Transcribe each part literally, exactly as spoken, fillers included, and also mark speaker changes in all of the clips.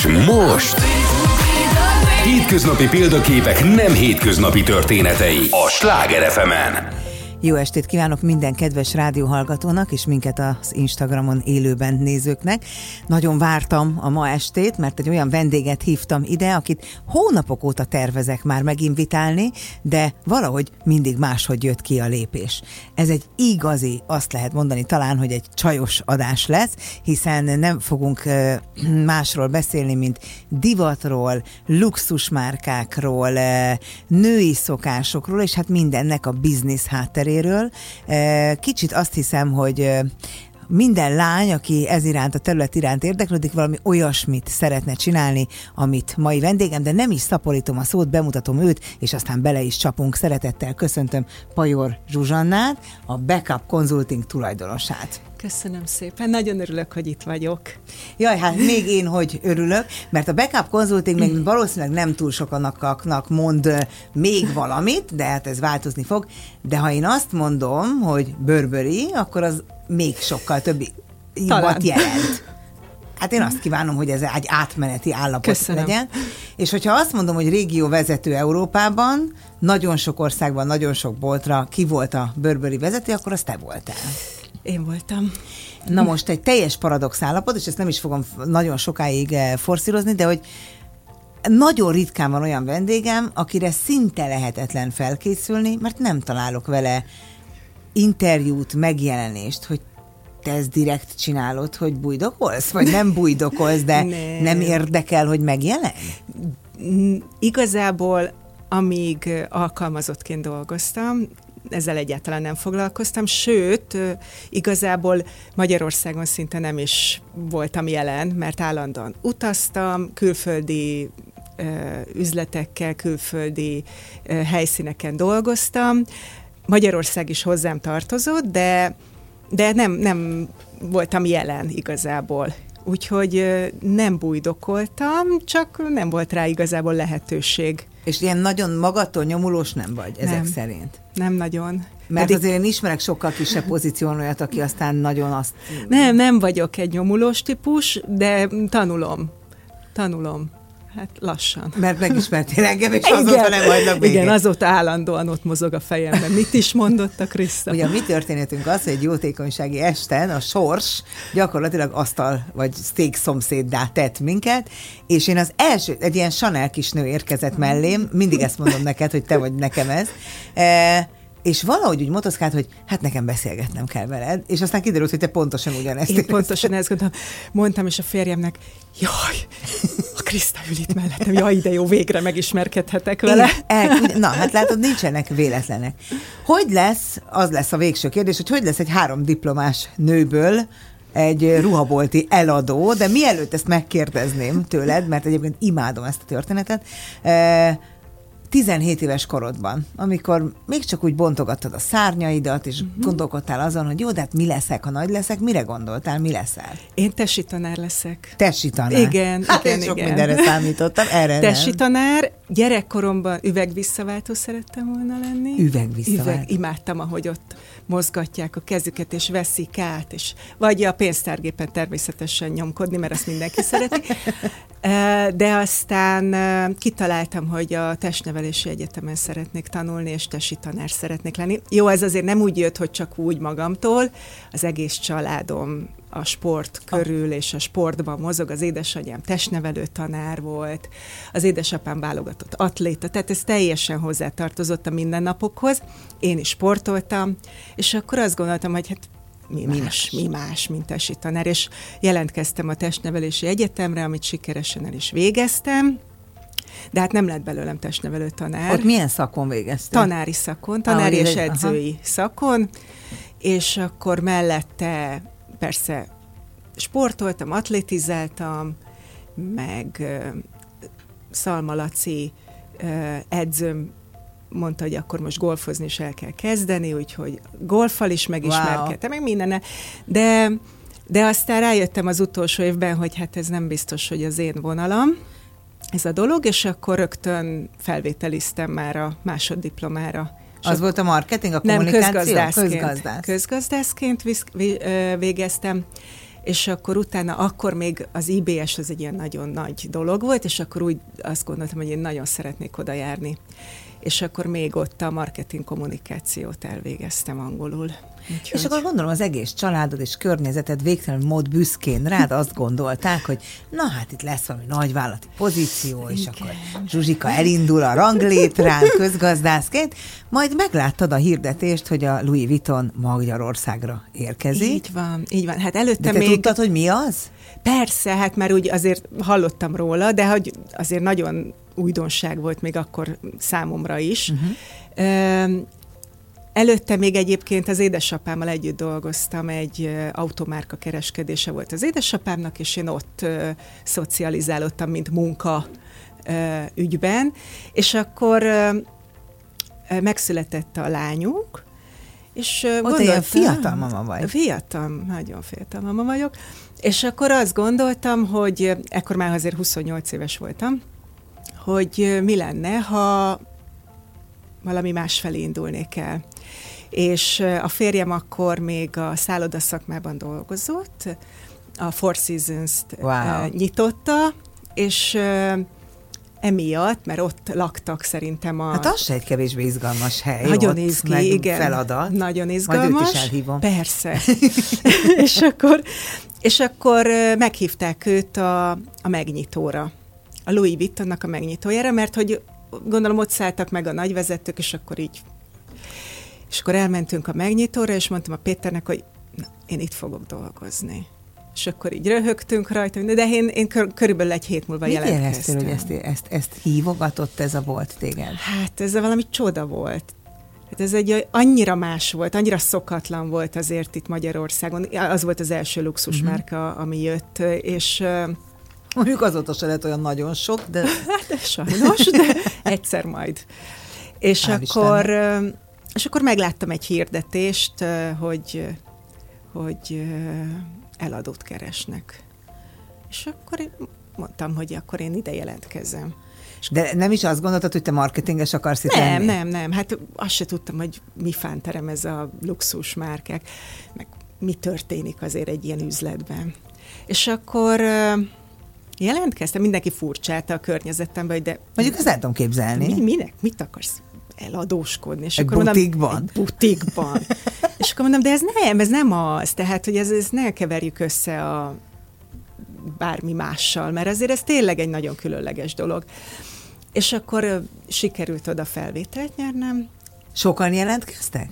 Speaker 1: És most hétköznapi példaképek nem hétköznapi történetei a Sláger ef emen.
Speaker 2: Jó estét kívánok minden kedves rádióhallgatónak és minket az Instagramon élőben nézőknek. Nagyon vártam a ma estét, mert egy olyan vendéget hívtam ide, akit hónapok óta tervezek már meginvitálni, de valahogy mindig máshogy jött ki a lépés. Ez egy igazi, azt lehet mondani talán, hogy egy csajos adás lesz, hiszen nem fogunk másról beszélni, mint divatról, luxusmárkákról, női szokásokról, és hát mindennek a biznisz hátteréről. Kicsit azt hiszem, hogy minden lány, aki ez iránt, a terület iránt érdeklődik, valami olyasmit szeretne csinálni, amit mai vendégem, de nem is szaporítom a szót, bemutatom őt, és aztán bele is csapunk. Szeretettel köszöntöm Pajor Zsuzsannát, a Backup Consulting tulajdonosát.
Speaker 3: Köszönöm szépen, nagyon örülök, hogy itt vagyok.
Speaker 2: Jaj, hát még én hogy örülök, mert a Backup Consulting még valószínűleg nem túl sokanaknak mond még valamit, de hát ez változni fog, de ha én azt mondom, hogy Burberry, akkor az még sokkal több jobbat jelent. Hát én azt kívánom, hogy ez egy átmeneti állapot Köszönöm. legyen. És hogyha azt mondom, hogy régió vezető Európában, nagyon sok országban, nagyon sok boltra ki volt a Burberry vezető, akkor az te voltál.
Speaker 3: Én voltam.
Speaker 2: Na most egy teljes paradox állapot, és ezt nem is fogom nagyon sokáig forszírozni, de hogy nagyon ritkán van olyan vendégem, akire szinte lehetetlen felkészülni, mert nem találok vele interjút, megjelenést, hogy te ezt direkt csinálod, hogy bujdokolsz, vagy nem bujdokolsz, de nem, nem érdekel, hogy megjelenj?
Speaker 3: Igazából, amíg alkalmazottként dolgoztam, ezzel egyáltalán nem foglalkoztam, sőt, igazából Magyarországon szinte nem is voltam jelen, mert állandóan utaztam, külföldi ö, üzletekkel, külföldi ö, helyszíneken dolgoztam. Magyarország is hozzám tartozott, de, de nem, nem voltam jelen igazából. Úgyhogy nem bujdokoltam, csak nem volt rá igazából lehetőség.
Speaker 2: És ilyen nagyon magadtól nyomulós nem vagy ezek
Speaker 3: nem,
Speaker 2: szerint?
Speaker 3: Nem nagyon.
Speaker 2: Mert Pedig... azért én ismerek sokkal kisebb pozíción olyat, aki aztán nagyon azt...
Speaker 3: Nem, nem vagyok egy nyomulós típus, de tanulom. Tanulom. Hát lassan.
Speaker 2: Mert megismertél engem, és azóta nem hagylak végig.
Speaker 3: Igen, azóta állandóan ott mozog a fejemben. Mit is mondott a Kriszta?
Speaker 2: Ugye a mi történetünk az, hogy egy jótékonysági esten a sors gyakorlatilag asztal vagy steak szomszéddá tett minket, és én az első, egy ilyen Chanel kisnő érkezett mellém, mindig ezt mondom neked, hogy te vagy nekem ez, e- és valahogy úgy motoszkált, hogy hát nekem beszélgetnem kell veled, és aztán kiderült, hogy te pontosan ugyanezt
Speaker 3: Én pontosan ezt gondoltam. Mondtam is a férjemnek, jaj, a Kriszta ül itt mellettem, jaj, de jó, végre megismerkedhetek vele.
Speaker 2: El, na, hát látod, nincsenek véletlenek. Hogy lesz, az lesz a végső kérdés, hogy hogy lesz egy három diplomás nőből egy ruhabolti eladó, de mielőtt ezt megkérdezném tőled, mert egyébként imádom ezt a történetet, tizenhét éves korodban, amikor még csak úgy bontogattad a szárnyaidat, és uh-huh. gondolkodtál azon, hogy jó, de hát mi leszek, ha nagy leszek, mire gondoltál, mi leszel?
Speaker 3: Én tesi tanár leszek.
Speaker 2: Tesi tanár?
Speaker 3: Igen,
Speaker 2: hát
Speaker 3: igen,
Speaker 2: én sok
Speaker 3: igen.
Speaker 2: mindenre számítottam, erre
Speaker 3: Tesi
Speaker 2: nem.
Speaker 3: tanár, gyerekkoromban üvegvisszaváltó szerettem volna lenni.
Speaker 2: Üvegvisszaváltó?
Speaker 3: Üveg, imádtam, ahogy ott mozgatják a kezüket, és veszik át, és vagy a pénztárgépen természetesen nyomkodni, mert azt mindenki szereti. De aztán kitaláltam, hogy a testnevelési egyetemen szeretnék tanulni, és tesi tanár szeretnék lenni. Jó, ez azért nem úgy jött, hogy csak úgy magamtól. Az egész családom a sport körül, és a sportban mozog. Az édesanyám testnevelő tanár volt, az édesapám válogatott atléta, tehát ez teljesen hozzátartozott a mindennapokhoz. Én is sportoltam, és akkor azt gondoltam, hogy hát mi más, mi más, mint tesi tanár, és jelentkeztem a testnevelési egyetemre, amit sikeresen el is végeztem, de hát nem lett belőlem testnevelő tanár.
Speaker 2: Ott milyen szakon végeztél?
Speaker 3: Tanári szakon, tanári
Speaker 2: ah,
Speaker 3: és edzői aha. szakon, és akkor mellette persze sportoltam, atlétizáltam, meg uh, Szalma Laci uh, edzőm mondta, hogy akkor most golfozni is el kell kezdeni, úgyhogy golffal is megismerkedtem, wow. meg mindennel. De, de aztán rájöttem az utolsó évben, hogy hát ez nem biztos, hogy az én vonalam, ez a dolog, és akkor rögtön felvételiztem már a másoddiplomára.
Speaker 2: Az volt a marketing, a kommunikáció?
Speaker 3: Nem, közgazdászként.
Speaker 2: Közgazdász.
Speaker 3: Közgazdászként végeztem, és akkor utána, akkor még az i bé es az egy ilyen nagyon nagy dolog volt, és akkor úgy azt gondoltam, hogy én nagyon szeretnék oda járni. És akkor még ott a marketing kommunikációt elvégeztem angolul. Úgyhogy...
Speaker 2: És akkor gondolom az egész családod és környezeted végtelenül mód büszkén rád azt gondolták, hogy na hát itt lesz valami nagyvállalati pozíció, és igen. Akkor Zsuzsika elindul a ranglétrán közgazdászként, majd megláttad a hirdetést, hogy a Louis Vuitton Magyarországra érkezik.
Speaker 3: Így van, így van. Hát előtte
Speaker 2: de te
Speaker 3: még...
Speaker 2: tudtad, hogy mi az?
Speaker 3: Persze, hát már úgy azért hallottam róla, de hogy azért nagyon újdonság volt még akkor számomra is. Uh-huh. Előtte még egyébként az édesapámmal együtt dolgoztam, egy automárka kereskedése volt az édesapámnak, és én ott ö, szocializálódtam, mint munka ö, ügyben, és akkor ö, megszületett a lányunk, és
Speaker 2: ott ilyen fiatal mama vagy.
Speaker 3: Fiatal, nagyon fiatal mama vagyok, és akkor azt gondoltam, hogy ekkor már azért huszonnyolc éves voltam, hogy mi lenne, ha valami másfelé indulnék el. És a férjem akkor még a szállodaszakmában dolgozott, a Four Seasons-t wow. nyitotta, és emiatt, mert ott laktak szerintem a...
Speaker 2: Hát az se egy kevésbé izgalmas hely.
Speaker 3: Nagyon izgi, igen.
Speaker 2: Feladat.
Speaker 3: Nagyon izgalmas.
Speaker 2: Majd őt is elhívom.
Speaker 3: Persze. és, akkor, és akkor meghívták őt a, a megnyitóra. A Louis Vuittonnak a megnyitójára, mert hogy gondolom ott szálltak meg a nagyvezetők, és akkor így... És akkor elmentünk a megnyitóra, és mondtam a Péternek, hogy na, én itt fogok dolgozni. És akkor így röhögtünk rajta, de én, én kör, körülbelül egy hét múlva
Speaker 2: mit
Speaker 3: jelentkeztem.
Speaker 2: Mit éreztél, hogy ezt, ezt, ezt hívogatott ez a bolt téged?
Speaker 3: Hát ez valami csoda volt. Hát ez egy annyira más volt, annyira szokatlan volt azért itt Magyarországon. Az volt az első luxusmárka, uh-huh. ami jött, és...
Speaker 2: Mondjuk azóta se lett olyan nagyon sok, de...
Speaker 3: Hát sajnos, de egyszer majd. És Hál' akkor... Istennek. És akkor megláttam egy hirdetést, hogy, hogy eladót keresnek. És akkor én mondtam, hogy akkor én ide jelentkezem.
Speaker 2: De nem is azt gondoltad, hogy te marketinges akarsz itt
Speaker 3: Nem,
Speaker 2: lenni?
Speaker 3: nem, nem. Hát azt se tudtam, hogy mi fánterem ez a luxus márkák, meg mi történik azért egy ilyen üzletben. És akkor jelentkeztem, mindenki furcsálta a környezetemben, hogy de...
Speaker 2: Mondjuk ezt el tudom képzelni.
Speaker 3: Mi, minek? Mit akarsz? Eladóskodni. És
Speaker 2: egy
Speaker 3: akkor
Speaker 2: butikban?
Speaker 3: Mondom, egy butikban. És akkor mondom, de ez nem, ez nem az. Tehát, hogy ez, ez ne keverjük össze a bármi mással, mert azért ez tényleg egy nagyon különleges dolog. És akkor ö, sikerült oda felvételt nyernem.
Speaker 2: Sokan jelentkeztek?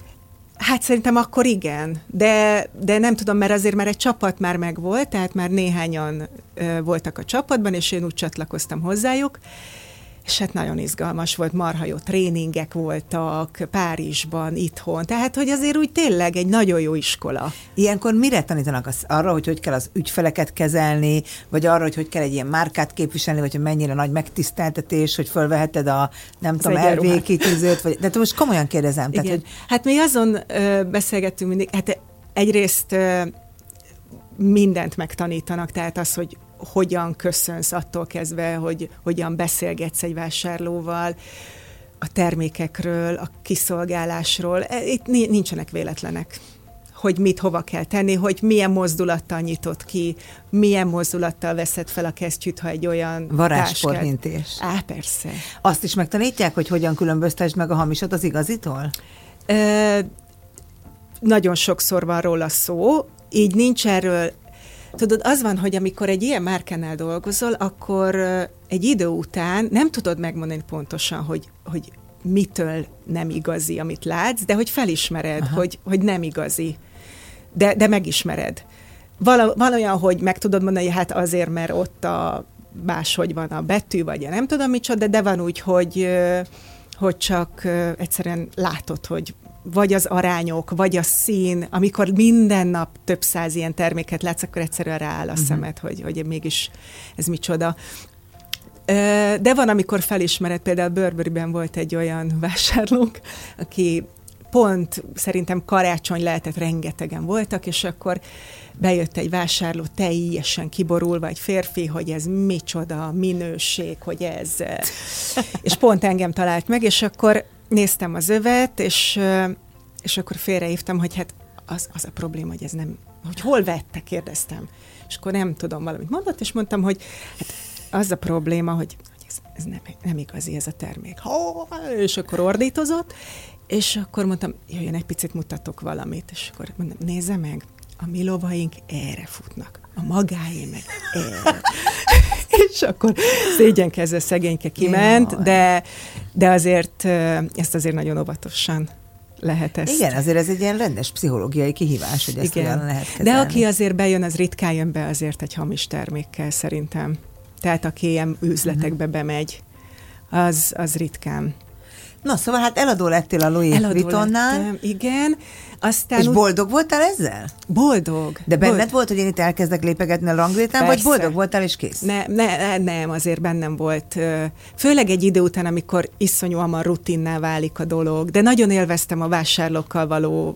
Speaker 3: Hát szerintem akkor igen, de, de nem tudom, mert azért már egy csapat már megvolt, tehát már néhányan ö, voltak a csapatban, és én úgy csatlakoztam hozzájuk, és hát nagyon izgalmas volt, marha jó tréningek voltak Párizsban, itthon, tehát hogy azért úgy tényleg egy nagyon jó iskola.
Speaker 2: Ilyenkor mire tanítanak? Az, arra, hogy hogy kell az ügyfeleket kezelni, vagy arra, hogy hogy kell egy ilyen márkát képviselni, vagy hogy mennyire nagy megtiszteltetés, hogy fölveheted a, nem az tudom, el vé kitűzőt, vagy, de most komolyan kérdezem. Tehát, hogy...
Speaker 3: Hát mi azon ö, beszélgettünk mindig, hát egyrészt ö, mindent megtanítanak, tehát az, hogy hogyan köszönsz attól kezdve, hogy hogyan beszélgetsz egy vásárlóval, a termékekről, a kiszolgálásról. Itt nincsenek véletlenek, hogy mit hova kell tenni, hogy milyen mozdulattal nyitott ki, milyen mozdulattal veszed fel a kesztyűt, ha egy olyan
Speaker 2: varázsportmintés.
Speaker 3: Á, persze.
Speaker 2: Azt is megtanítják, hogy hogyan különböztesd meg a hamisat az igazitól?
Speaker 3: Ö, nagyon sokszor van róla szó, így nincs erről. Tudod, az van, hogy amikor egy ilyen márkánál dolgozol, akkor egy idő után nem tudod megmondani pontosan, hogy, hogy mitől nem igazi, amit látsz, de hogy felismered, hogy, hogy nem igazi, de, de megismered. Val, van olyan, hogy meg tudod mondani, hogy hát azért, mert ott a máshogy van a betű, vagy nem tudom micsoda, de, de van úgy, hogy, hogy csak egyszerűen látod, hogy vagy az arányok, vagy a szín, amikor minden nap több száz ilyen terméket látsz, akkor egyszerűen rááll a uh-huh. szemed, hogy, hogy mégis ez micsoda. De van, amikor felismered, például Burberryben volt egy olyan vásárlónk, aki pont szerintem karácsony lehetett, rengetegen voltak, és akkor bejött egy vásárló teljesen kiborulva, egy férfi, hogy ez micsoda minőség, hogy ez... és pont engem talált meg, és akkor néztem az övet, és, és akkor félrehívtam, hogy hát az, az a probléma, hogy ez nem hogy hol vette, kérdeztem. És akkor nem tudom, valamit mondott, és mondtam, hogy hát az a probléma, hogy ez, ez nem, nem igazi ez a termék. Ha, és akkor ordítozott, és akkor mondtam, jöjjön, egy picit mutatok valamit, és akkor mondtam, nézze meg, a mi lovaink erre futnak, a magáé meg erre. És akkor szégyenkezve szegényke kiment, de, de azért ezt azért nagyon óvatosan lehet ezt.
Speaker 2: Igen, azért ez egy ilyen rendes pszichológiai kihívás, hogy ezt hogyan lehet kezelni.
Speaker 3: De aki azért bejön, az ritkán jön be azért egy hamis termékkel szerintem. Tehát aki ilyen üzletekbe bemegy, az, az ritkán.
Speaker 2: Na, szóval hát eladó lettél a Louis Vuittonnál.
Speaker 3: Igen. Aztán
Speaker 2: és
Speaker 3: úgy...
Speaker 2: boldog voltál ezzel?
Speaker 3: Boldog.
Speaker 2: De benned
Speaker 3: boldog.
Speaker 2: volt, hogy én itt elkezdek lépegetni a ranglétrán, vagy boldog voltál és kész?
Speaker 3: Ne, ne, nem, azért bennem volt. Főleg egy idő után, amikor iszonyú hamar rutinná válik a dolog, de nagyon élveztem a vásárlókkal való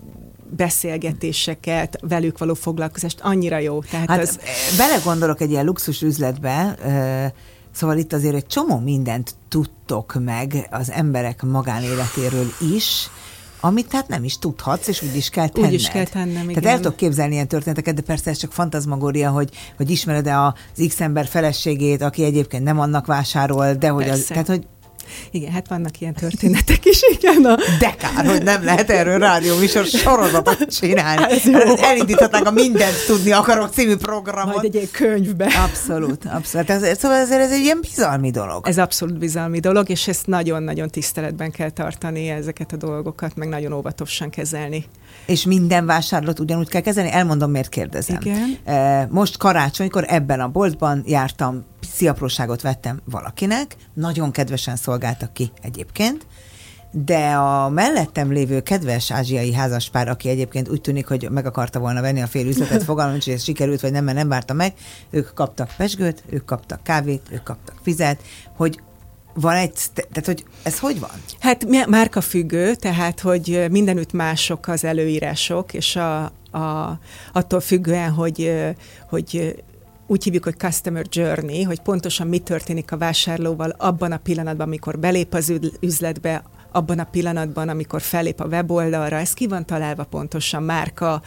Speaker 3: beszélgetéseket, velük való foglalkozást, annyira jó. Tehát
Speaker 2: hát
Speaker 3: az...
Speaker 2: belegondolok egy ilyen luxus üzletbe, szóval itt azért egy csomó mindent tudtok meg az emberek magánéletéről is, amit hát nem is tudhatsz, és úgy is kell tenned.
Speaker 3: Úgy is kell tennem, igen.
Speaker 2: Tehát el tudok képzelni ilyen történeteket, de persze ez csak fantazmagória, hogy, hogy ismered-e az X ember feleségét, aki egyébként nem annak vásárol, de hogy az, tehát, hogy
Speaker 3: igen, hát vannak ilyen történetek is, igen. A...
Speaker 2: De kár, hogy nem lehet erről rádióműsor sorozatot csinálni. Elindíthatnánk a Mindent tudni akarok című programot.
Speaker 3: Majd egy ilyen könyvbe.
Speaker 2: Abszolút, abszolút. Ez, szóval ezért ez egy ilyen bizalmi dolog.
Speaker 3: Ez abszolút bizalmi dolog, és ezt nagyon-nagyon tiszteletben kell tartani, ezeket a dolgokat, meg nagyon óvatosan kezelni.
Speaker 2: És minden vásárlót ugyanúgy kell kezelni? Elmondom, miért kérdezem.
Speaker 3: Igen.
Speaker 2: Most karácsonykor ebben a boltban jártam, sziapróságot vettem valakinek, nagyon kedvesen szolgáltak ki egyébként, de a mellettem lévő kedves ázsiai házaspár, aki egyébként úgy tűnik, hogy meg akarta volna venni a fél üzletet, fogalmam nincs, hogy ez sikerült, vagy nem, mert nem várta meg, ők kaptak pezsgőt, ők kaptak kávét, ők kaptak vizet, hogy van egy, tehát hogy ez hogy van?
Speaker 3: Hát márkafüggő, tehát hogy mindenütt mások az előírások, és a, a, attól függően, hogy, hogy úgy hívjuk, hogy customer journey, hogy pontosan mi történik a vásárlóval abban a pillanatban, amikor belép az üzletbe, abban a pillanatban, amikor fellép a weboldalra, ez ki van találva pontosan, márka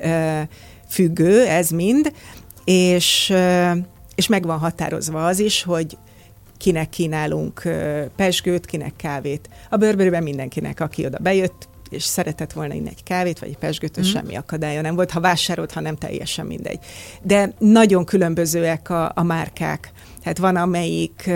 Speaker 3: függő, ez mind, és, és meg van határozva az is, hogy kinek kínálunk pezsgőt, kinek kávét. A Burberryben mindenkinek, aki oda bejött, és szeretett volna inni egy kávét, vagy egy pezsgőt, mm. semmi akadálya nem volt, ha vásárolt, ha nem, teljesen mindegy. De nagyon különbözőek a, a márkák. Tehát van, amelyik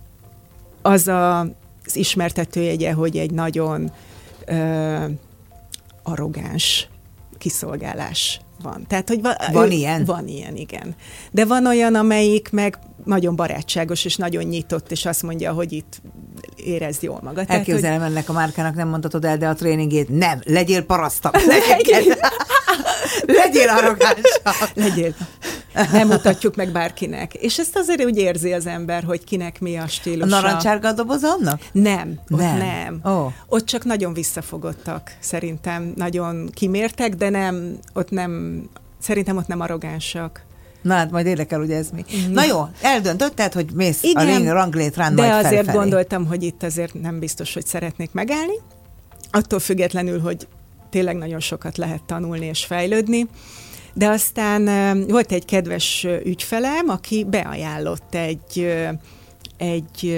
Speaker 3: az a, az ismertetőjegye, hogy egy nagyon ö, arrogáns kiszolgálás van. Tehát, hogy va,
Speaker 2: van
Speaker 3: ő,
Speaker 2: ilyen?
Speaker 3: Van ilyen, igen. De van olyan, amelyik meg nagyon barátságos, és nagyon nyitott, és azt mondja, hogy itt érezd jól magad.
Speaker 2: Elképzelem, hogy... ennek a márkának nem mondhatod el, de a tréningét nem, legyél parasztabb, legyél, legyél arrogánsabb.
Speaker 3: Legyél. Nem mutatjuk meg bárkinek. És ezt azért úgy érzi az ember, hogy kinek mi a stílusa.
Speaker 2: A narancsárga a doboz annak?
Speaker 3: Nem, ott
Speaker 2: nem.
Speaker 3: nem.
Speaker 2: Oh.
Speaker 3: Ott csak nagyon visszafogottak, szerintem. Nagyon kimértek, de nem, ott nem, szerintem ott nem arrogánsak.
Speaker 2: Na hát majd érdekel, ugye ez mi. Mm. Na jó, eldöntötted, hogy mész igen, a ranglétrán
Speaker 3: majd
Speaker 2: felfelé.
Speaker 3: De azért gondoltam, hogy itt azért nem biztos, hogy szeretnék megállni. Attól függetlenül, hogy tényleg nagyon sokat lehet tanulni és fejlődni. De aztán volt egy kedves ügyfelem, aki beajánlott egy, egy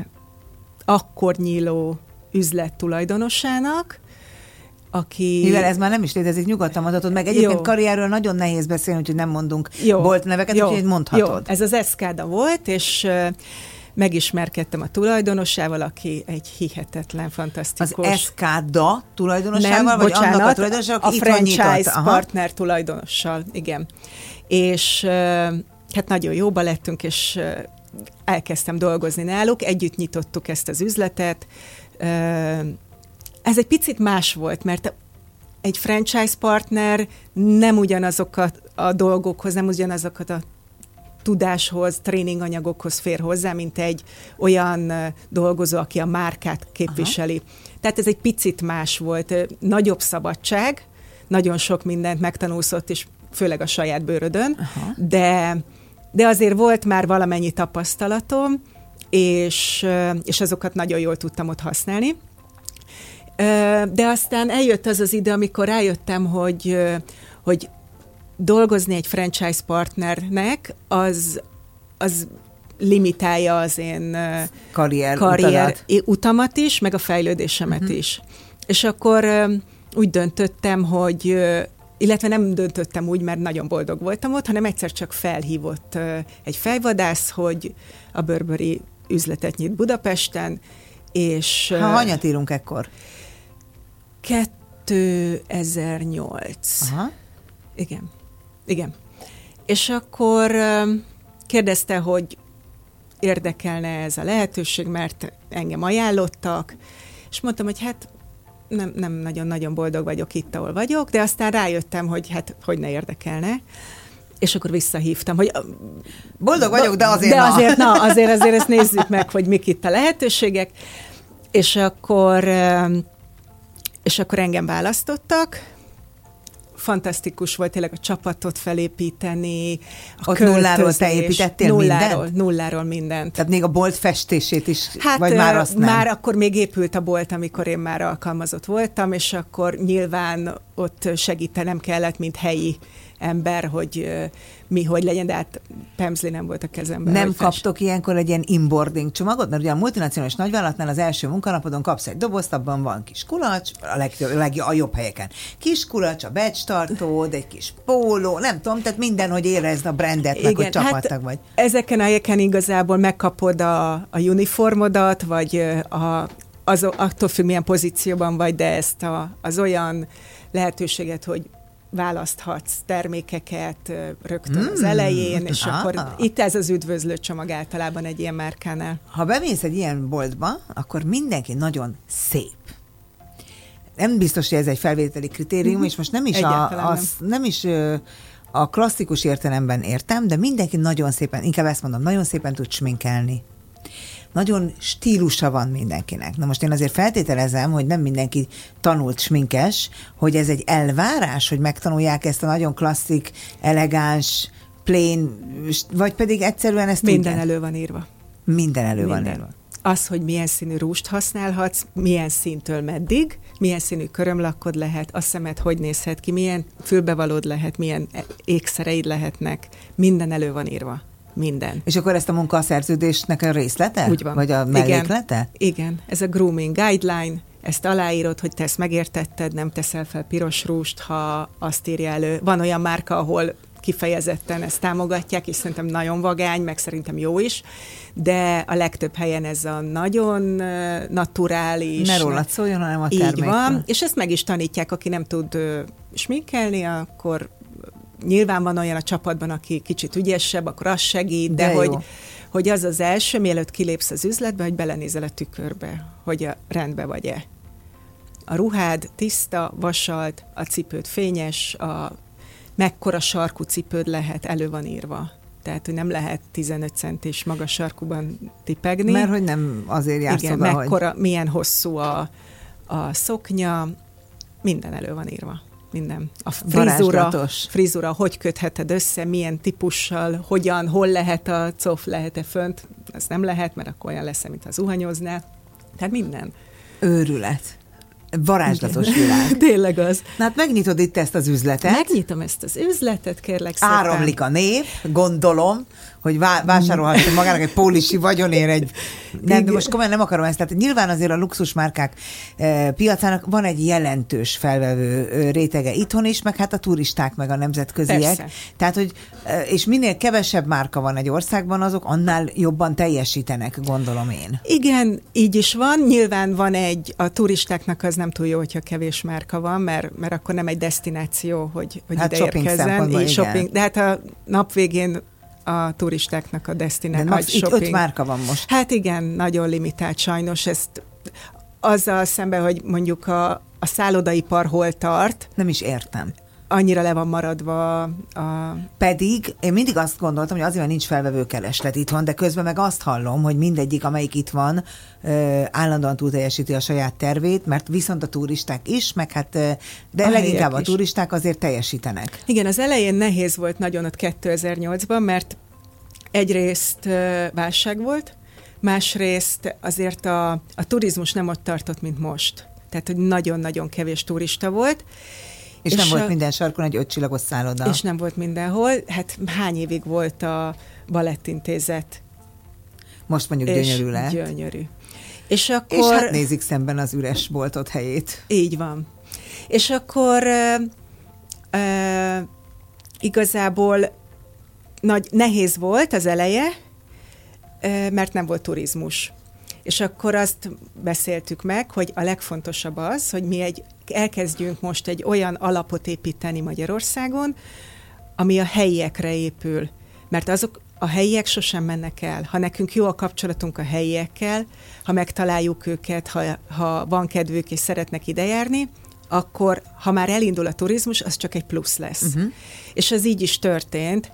Speaker 3: akkor nyíló üzlet tulajdonosának, aki...
Speaker 2: Mivel ez már nem is létezik, nyugodtan mondhatod meg. Egyébként
Speaker 3: jó.
Speaker 2: Karrierről nagyon nehéz beszélni, úgyhogy nem mondunk jó. bolt neveket, jó. úgyhogy mondhatod.
Speaker 3: Jó. Ez az Eszkáda volt, és megismerkedtem a tulajdonossával, aki egy hihetetlen, fantasztikus...
Speaker 2: Az Eszkáda tulajdonosával,
Speaker 3: nem,
Speaker 2: vagy
Speaker 3: bocsánat,
Speaker 2: annak a tulajdonossával,
Speaker 3: a franchise partner tulajdonossal, igen. És hát nagyon jóba lettünk, és elkezdtem dolgozni náluk, együtt nyitottuk ezt az üzletet. Ez egy picit más volt, mert egy franchise partner nem ugyanazokat a dolgokhoz, nem ugyanazokat a tudáshoz, tréninganyagokhoz fér hozzá, mint egy olyan dolgozó, aki a márkát képviseli. Aha. Tehát ez egy picit más volt. Nagyobb szabadság, nagyon sok mindent megtanulsz ott, és főleg a saját bőrödön, de, de azért volt már valamennyi tapasztalatom, és, és azokat nagyon jól tudtam ott használni. De aztán eljött az az idő, amikor rájöttem, hogy, hogy dolgozni egy franchise partnernek, az, az limitálja az én
Speaker 2: karrier,
Speaker 3: karrier utamat is, meg a fejlődésemet uh-huh. is. És akkor úgy döntöttem, hogy, illetve nem döntöttem úgy, mert nagyon boldog voltam ott, hanem egyszer csak felhívott egy fejvadász, hogy a Burberry üzletet nyit Budapesten, és...
Speaker 2: Ha hanyat írunk ekkor?
Speaker 3: kétezer-nyolc.
Speaker 2: Aha.
Speaker 3: Igen. Igen. És akkor kérdezte, hogy érdekelne ez a lehetőség, mert engem ajánlottak, és mondtam, hogy hát nem, nem nagyon-nagyon boldog vagyok itt, ahol vagyok, de aztán rájöttem, hogy hát hogy ne érdekelne. És akkor visszahívtam, hogy...
Speaker 2: Boldog vagyok, de azért
Speaker 3: de
Speaker 2: na.
Speaker 3: azért, na, azért, azért ezt nézzük meg, hogy mik itt a lehetőségek. És akkor, és akkor engem választottak. Fantasztikus volt tényleg a csapatot felépíteni, a
Speaker 2: ott nulláról te építettél
Speaker 3: nulláról,
Speaker 2: mindent?
Speaker 3: Nulláról mindent.
Speaker 2: Tehát még a bolt festését is,
Speaker 3: hát,
Speaker 2: vagy már azt nem?
Speaker 3: Már akkor még épült a bolt, amikor én már alkalmazott voltam, és akkor nyilván ott segítenem kellett, mint helyi ember, hogy uh, mi hogy legyen, de hát pemzli nem volt a kezemben.
Speaker 2: Nem kaptok fest. Ilyenkor egy ilyen inboarding csomagot? Mert ugye a multinacionális nagyvállalatnál az első munkanapodon kapsz egy dobozt, abban van kis kulacs, a, leg, a, leg, a jobb helyeken. Kis kulacs, a badge tartód, egy kis póló, nem tudom, tehát minden, hogy érezd a brandet, meg, igen, hogy csapattag hát vagy.
Speaker 3: Ezeken a helyeken igazából megkapod a, a uniformodat, vagy a, az, attól függ, milyen pozícióban vagy, de ezt a, az olyan lehetőséget, hogy választhatsz termékeket rögtön mm, az elején, és aha. akkor itt ez az üdvözlő csomag általában egy ilyen márkánál.
Speaker 2: Ha bemész egy ilyen boltba, akkor mindenki nagyon szép. Nem biztos, hogy ez egy felvételi kritérium, mm, és most nem is, a, az, nem. Nem is a klasszikus értelemben értem, de mindenki nagyon szépen, inkább ezt mondom, nagyon szépen tud sminkelni. Nagyon stílusa van mindenkinek. Na most én azért feltételezem, hogy nem mindenki tanult sminkes, hogy ez egy elvárás, hogy megtanulják ezt a nagyon klasszik, elegáns, plain, vagy pedig egyszerűen ezt
Speaker 3: minden
Speaker 2: tudják.
Speaker 3: elő van írva.
Speaker 2: Minden elő
Speaker 3: minden.
Speaker 2: van írva.
Speaker 3: Az, hogy milyen színű rúst használhatsz, milyen színtől meddig, milyen színű körömlakkod lehet, a szemed hogy nézhet ki, milyen fülbevalód lehet, milyen ékszereid lehetnek, minden elő van írva. Minden.
Speaker 2: És akkor ezt a munkaszerződésnek a részlete?
Speaker 3: Úgy van.
Speaker 2: Vagy a melléklete?
Speaker 3: Igen. Igen. Ez a grooming guideline, ezt aláírod, hogy te ezt megértetted, nem teszel fel piros rúst, ha azt írja elő. Van olyan márka, ahol kifejezetten ezt támogatják, és szerintem nagyon vagány, meg szerintem jó is, de a legtöbb helyen ez a nagyon naturális.
Speaker 2: Ne rólad szóljon, hanem a termékről.
Speaker 3: Így van, és ezt meg is tanítják, aki nem tud uh, sminkelni, akkor nyilván van olyan a csapatban, aki kicsit ügyesebb, akkor az segít, de, de hogy, hogy az az első, mielőtt kilépsz az üzletbe, hogy belenézel a tükörbe, hogy a rendben vagy-e. A ruhád tiszta, vasalt, a cipőd fényes, a mekkora sarkú cipőd lehet, elő van írva. Tehát, hogy nem lehet tizenöt centis magas sarkúban tipegni.
Speaker 2: Mert hogy nem azért jársz
Speaker 3: igen,
Speaker 2: oda,
Speaker 3: mekkora,
Speaker 2: hogy...
Speaker 3: milyen hosszú a, a szoknya, minden elő van írva. Minden. A frizura, frizura, hogy kötheted össze, milyen típussal, hogyan, hol lehet a cof, lehet-e fönt, az nem lehet, mert akkor olyan lesz, mint ha zuhanyoznál. Tehát minden.
Speaker 2: Őrület. Varázslatos világ.
Speaker 3: Tényleg az.
Speaker 2: Na hát megnyitod itt ezt az üzletet.
Speaker 3: Megnyitom ezt az üzletet, kérlek szépen.
Speaker 2: Áramlik a nép, gondolom, hogy vá- vásárolhatja magának egy pólisi vagyonért egy... Nem, de most komolyan nem akarom ezt. Tehát nyilván azért a luxusmárkák e, piacának van egy jelentős felvevő e, rétege itthon is, meg hát a turisták, meg a nemzetköziek.
Speaker 3: Persze.
Speaker 2: Tehát, hogy e, és minél kevesebb márka van egy országban, azok annál jobban teljesítenek, gondolom én.
Speaker 3: Igen, így is van. Nyilván van egy, a turistáknak az nem túl jó, hogyha kevés márka van, mert, mert akkor nem egy desztináció, hogy, hogy
Speaker 2: hát
Speaker 3: ide érkezzen.
Speaker 2: Így
Speaker 3: shopping. De hát a nap végén a turistáknak a desztináció.
Speaker 2: De itt öt márka van most.
Speaker 3: Hát igen, nagyon limitált sajnos. Ezt azzal szemben, hogy mondjuk a, a szállodaipar hol tart.
Speaker 2: Nem is értem.
Speaker 3: Annyira le van maradva a...
Speaker 2: Pedig én mindig azt gondoltam, hogy azért, mert nincs felvevő kereslet itthon, de közben meg azt hallom, hogy mindegyik, amelyik itt van, állandóan túlteljesíti a saját tervét, mert viszont a turisták is, meg hát, de a leginkább a turisták azért teljesítenek.
Speaker 3: Igen, az elején nehéz volt nagyon ott kétezer-nyolcban, mert egyrészt válság volt, másrészt azért a, a turizmus nem ott tartott, mint most. Tehát, hogy nagyon-nagyon kevés turista volt,
Speaker 2: És, és nem volt a, minden sarkon egy ötcsillagos szálloda.
Speaker 3: És nem volt mindenhol. Hát hány évig volt a Balettintézet?
Speaker 2: Most mondjuk gyönyörű lett.
Speaker 3: Gyönyörű. És akkor...
Speaker 2: És hát nézik szemben az üres boltot helyét.
Speaker 3: Így van. És akkor uh, uh, igazából nagy, nehéz volt az eleje, uh, mert nem volt turizmus. És akkor azt beszéltük meg, hogy a legfontosabb az, hogy mi egy, elkezdjünk most egy olyan alapot építeni Magyarországon, ami a helyiekre épül. Mert azok a helyiek sosem mennek el. Ha nekünk jó a kapcsolatunk a helyiekkel, ha megtaláljuk őket, ha, ha van kedvük és szeretnek idejárni, akkor ha már elindul a turizmus, az csak egy plusz lesz. Uh-huh. És ez így is történt.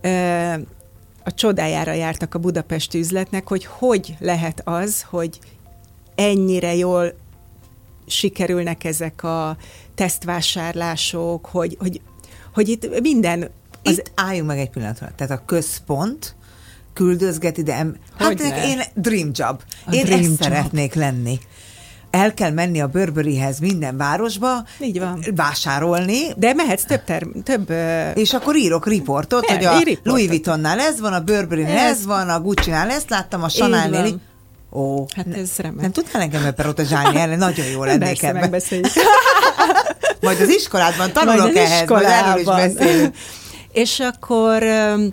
Speaker 3: A csodájára jártak a budapesti üzletnek, hogy hogy lehet az, hogy ennyire jól sikerülnek ezek a tesztvásárlások, hogy, hogy, hogy itt minden...
Speaker 2: Az... Itt álljunk meg egy pillanatra. Tehát a központ küldözgeti, de em... hát én dream job. A én dream ezt job. Szeretnék lenni. El kell menni a Burberryhez minden városba,
Speaker 3: így van,
Speaker 2: vásárolni.
Speaker 3: De mehetsz több... Term- több uh...
Speaker 2: És akkor írok riportot, hogy a riportot. Louis Vuittonnál ez van, a Burberrynál ez, ez van, a Gucci-nál ezt láttam, a Chanel-nél. Ó,
Speaker 3: hát ez remek.
Speaker 2: Nem tudnál engem ebben protezsálni ellen? Nagyon jó lennék ebben.
Speaker 3: Megbeszéljük.
Speaker 2: Majd az iskoládban tanulok
Speaker 3: az
Speaker 2: ehhez, majd erről is beszélünk.
Speaker 3: És akkor...